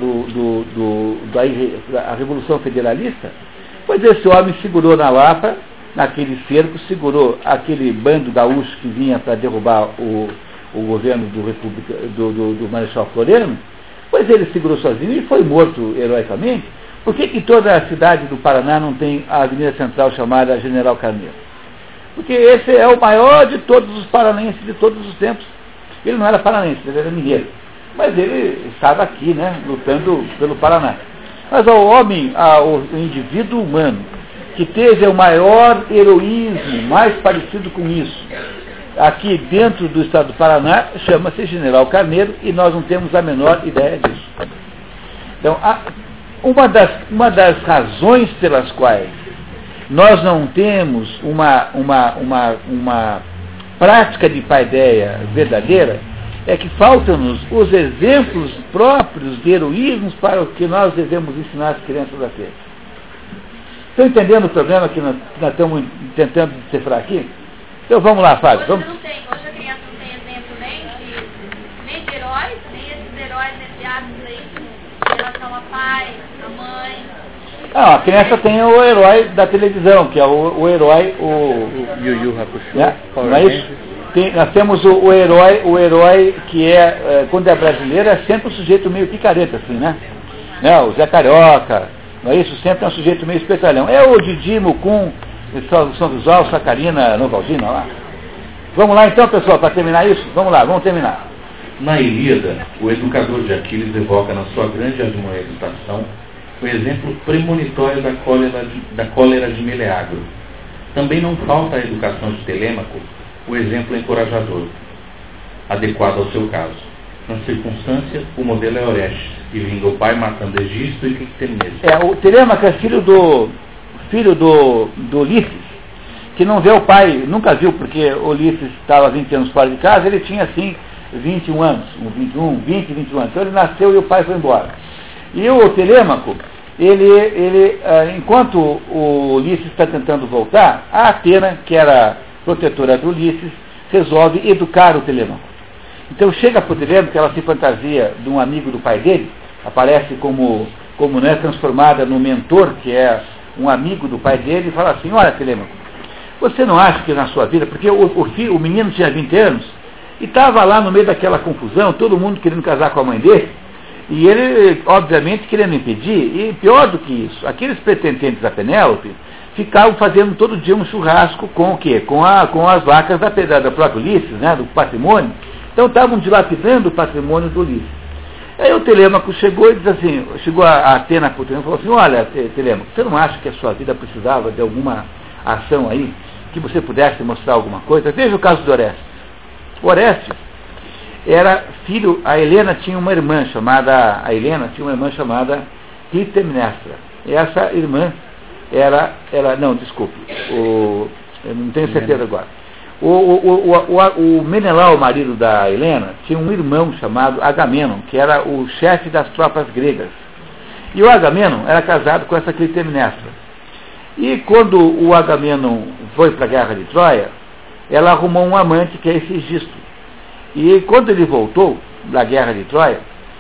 Speaker 1: a Revolução Federalista, pois esse homem segurou na Lapa, naquele cerco, segurou aquele bando gaúcho que vinha para derrubar o governo do Marechal Floriano, pois ele segurou sozinho e foi morto heroicamente. Por que toda a cidade do Paraná não tem a avenida central chamada General Carneiro? Porque esse é o maior de todos os paranaenses de todos os tempos. Ele não era paranaense, ele era mineiro. Mas ele estava aqui, né, lutando pelo Paraná. Mas ao homem, ao indivíduo humano, que teve o maior heroísmo, mais parecido com isso, aqui dentro do estado do Paraná, chama-se General Carneiro, e nós não temos a menor ideia disso. Então, uma das razões pelas quais nós não temos uma prática de paideia verdadeira é que faltam-nos os exemplos próprios de heroísmos para o que nós devemos ensinar as crianças a ter. Estão entendendo o problema que nós estamos tentando decifrar aqui? Então vamos lá, Fábio.
Speaker 2: Hoje a criança não tem exemplo nem de heróis, nem esses heróis entre aí, em relação a pai, a mãe.
Speaker 1: A criança tem o herói da televisão, que é o herói,
Speaker 4: Yu Yu Hakusho.
Speaker 1: Né? Não é isso? Nós temos o herói que quando é brasileiro, é sempre um sujeito meio picareta, assim, né? O Zé Carioca, não é isso? Sempre é um sujeito meio espertalhão. É o Didi, Mucum, São Visual, Sacarina, Novaldina, lá. Vamos lá então, pessoal, para terminar isso? Vamos lá, vamos terminar.
Speaker 3: Na Ilíada, o educador de Aquiles evoca na sua grande admoestação o exemplo premonitório da cólera de Meleagro. Também não falta à educação de Telêmaco o exemplo encorajador, adequado ao seu caso. Na circunstância, o modelo é Orestes, que vinga o pai matando Egisto e Clitemnestra.
Speaker 1: O Telêmaco é filho do Ulisses, que não vê o pai, nunca viu, porque Ulisses estava 20 anos fora de casa, ele tinha assim 21 anos, 20, 21 anos. Então ele nasceu e o pai foi embora. E o Telêmaco, enquanto o Ulisses está tentando voltar, a Atena, que era protetora do Ulisses, resolve educar o Telêmaco. Então chega para o Telêmaco, ela se fantasia de um amigo do pai dele, aparece como transformada no mentor, que é um amigo do pai dele, e fala assim: olha, Telêmaco, você não acha que na sua vida, porque o menino tinha 20 anos, e estava lá no meio daquela confusão, todo mundo querendo casar com a mãe dele, e ele, obviamente, querendo impedir, e pior do que isso, aqueles pretendentes da Penélope ficavam fazendo todo dia um churrasco com o quê? Com as vacas da própria Ulisses, né, do patrimônio. Então estavam dilapidando o patrimônio do Ulisses. Aí o Telêmaco chegou e diz assim, chegou a Atena para o Telêmaco e falou assim: olha, Telêmaco, você não acha que a sua vida precisava de alguma ação aí, que você pudesse mostrar alguma coisa? Veja o caso do Orestes. O Orestes era filho, a Helena tinha uma irmã chamada Clitemnestra. E essa irmã eu não tenho certeza agora. O Menelau, o marido da Helena, tinha um irmão chamado Agamenon, que era o chefe das tropas gregas. E o Agamenon era casado com essa Clitemnestra. E quando o Agamenon foi para a guerra de Troia, ela arrumou um amante, que é esse Egisto. E quando ele voltou da guerra de Troia,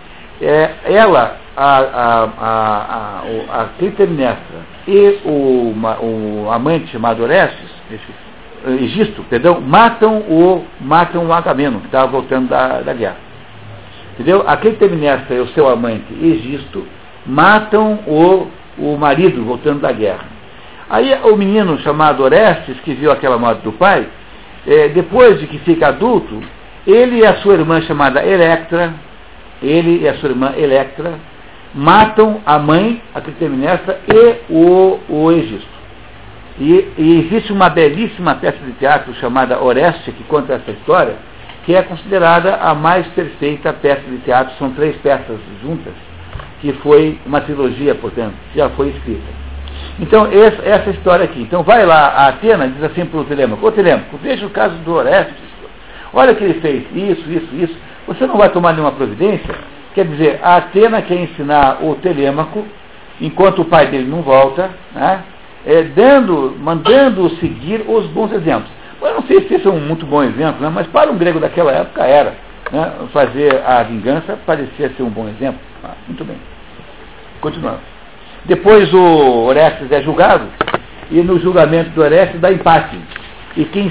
Speaker 1: a Clitemnestra e o amante chamado Egisto, matam o Agamenon, que estava voltando da guerra. Entendeu? A Clitemnestra e o seu amante Egisto matam o marido voltando da guerra. Aí o menino chamado Orestes, que viu aquela morte do pai, depois de que fica adulto, ele e a sua irmã chamada Electra, matam a mãe, a Clitemnestra, e o Egisto. E existe uma belíssima peça de teatro chamada Oreste, que conta essa história, que é considerada a mais perfeita peça de teatro. São 3 peças juntas, que foi uma trilogia, portanto, já foi escrita. Então, essa história aqui. Então, vai lá, a Atena diz assim para o Telêmaco: ô Telêmaco, veja o caso do Orestes. Olha o que ele fez, isso. Você não vai tomar nenhuma providência? Quer dizer, a Atena quer ensinar o Telêmaco, enquanto o pai dele não volta, né, mandando seguir os bons exemplos. Eu não sei se esse é um muito bom exemplo, né, mas para um grego daquela época era. Né, fazer a vingança parecia ser um bom exemplo. Muito bem. Continuando. Depois o Orestes é julgado, e no julgamento do Orestes dá empate. E quem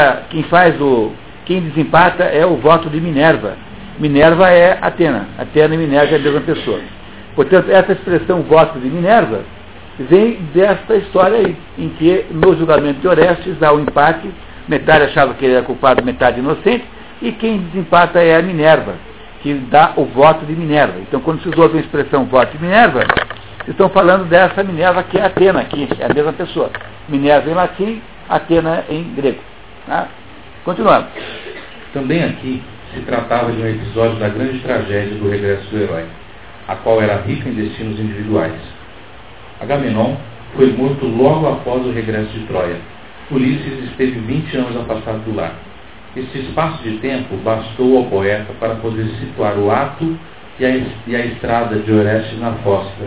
Speaker 1: desempata é o voto de Minerva. Minerva é Atena. Atena e Minerva é a mesma pessoa. Portanto, essa expressão voto de Minerva vem desta história aí, em que no julgamento de Orestes dá um empate, metade achava que ele era culpado, metade inocente, e quem desempata é a Minerva, que dá o voto de Minerva. Então, quando vocês ouvem a expressão voto de Minerva, vocês estão falando dessa Minerva que é Atena, que é a mesma pessoa. Minerva em latim, Atena em grego. Tá? Continuando.
Speaker 3: Também aqui se tratava de um episódio da grande tragédia do regresso do herói, a qual era rica em destinos individuais. Agamenon foi morto logo após o regresso de Troia. Ulisses esteve 20 anos afastado do lar. Este espaço de tempo bastou ao poeta para poder situar o ato e a estrada de Orestes na fossa,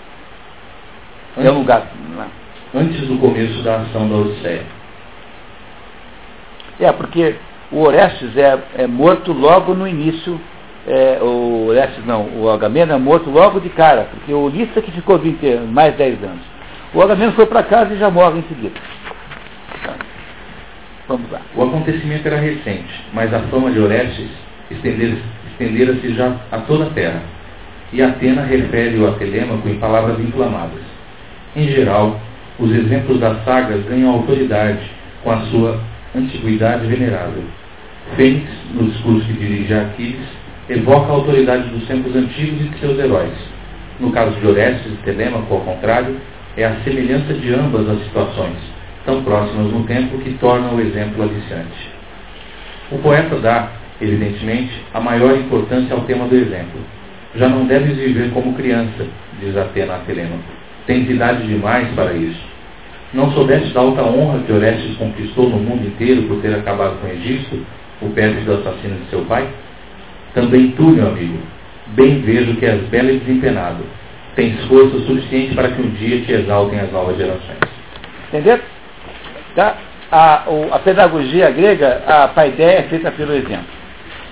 Speaker 3: antes do começo da ação da Odisseia.
Speaker 1: Porque o Orestes é morto logo no início, o Agamemnon é morto logo de cara, porque o Ulisses é que ficou mais 10 anos. O Agamemnon foi para casa e já morre em seguida. Vamos lá.
Speaker 3: O acontecimento era recente, mas a fama de Orestes estendera-se já a toda a terra, e Atena refere-o a Telêmaco em palavras inflamadas. Em geral, os exemplos das sagas ganham autoridade com a sua antiguidade venerável. Fênix, no discurso que dirige a Aquiles, evoca a autoridade dos tempos antigos e de seus heróis. No caso de Orestes e Telêmaco, ao contrário, é a semelhança de ambas as situações, tão próximas no tempo, que torna o exemplo aliciante. O poeta dá, evidentemente, a maior importância ao tema do exemplo. Já não deves viver como criança, diz Atena a Telêmaco. Tens idade demais para isso. Não soubeste da alta honra que Orestes conquistou no mundo inteiro por ter acabado com o Egito, o pérfido assassino de seu pai? Também tu, meu amigo, bem vejo que és belo e desempenado. Tens força suficiente para que um dia te exaltem as novas gerações.
Speaker 1: Entendeu? Tá? A pedagogia grega, a paideia é feita pelo exemplo.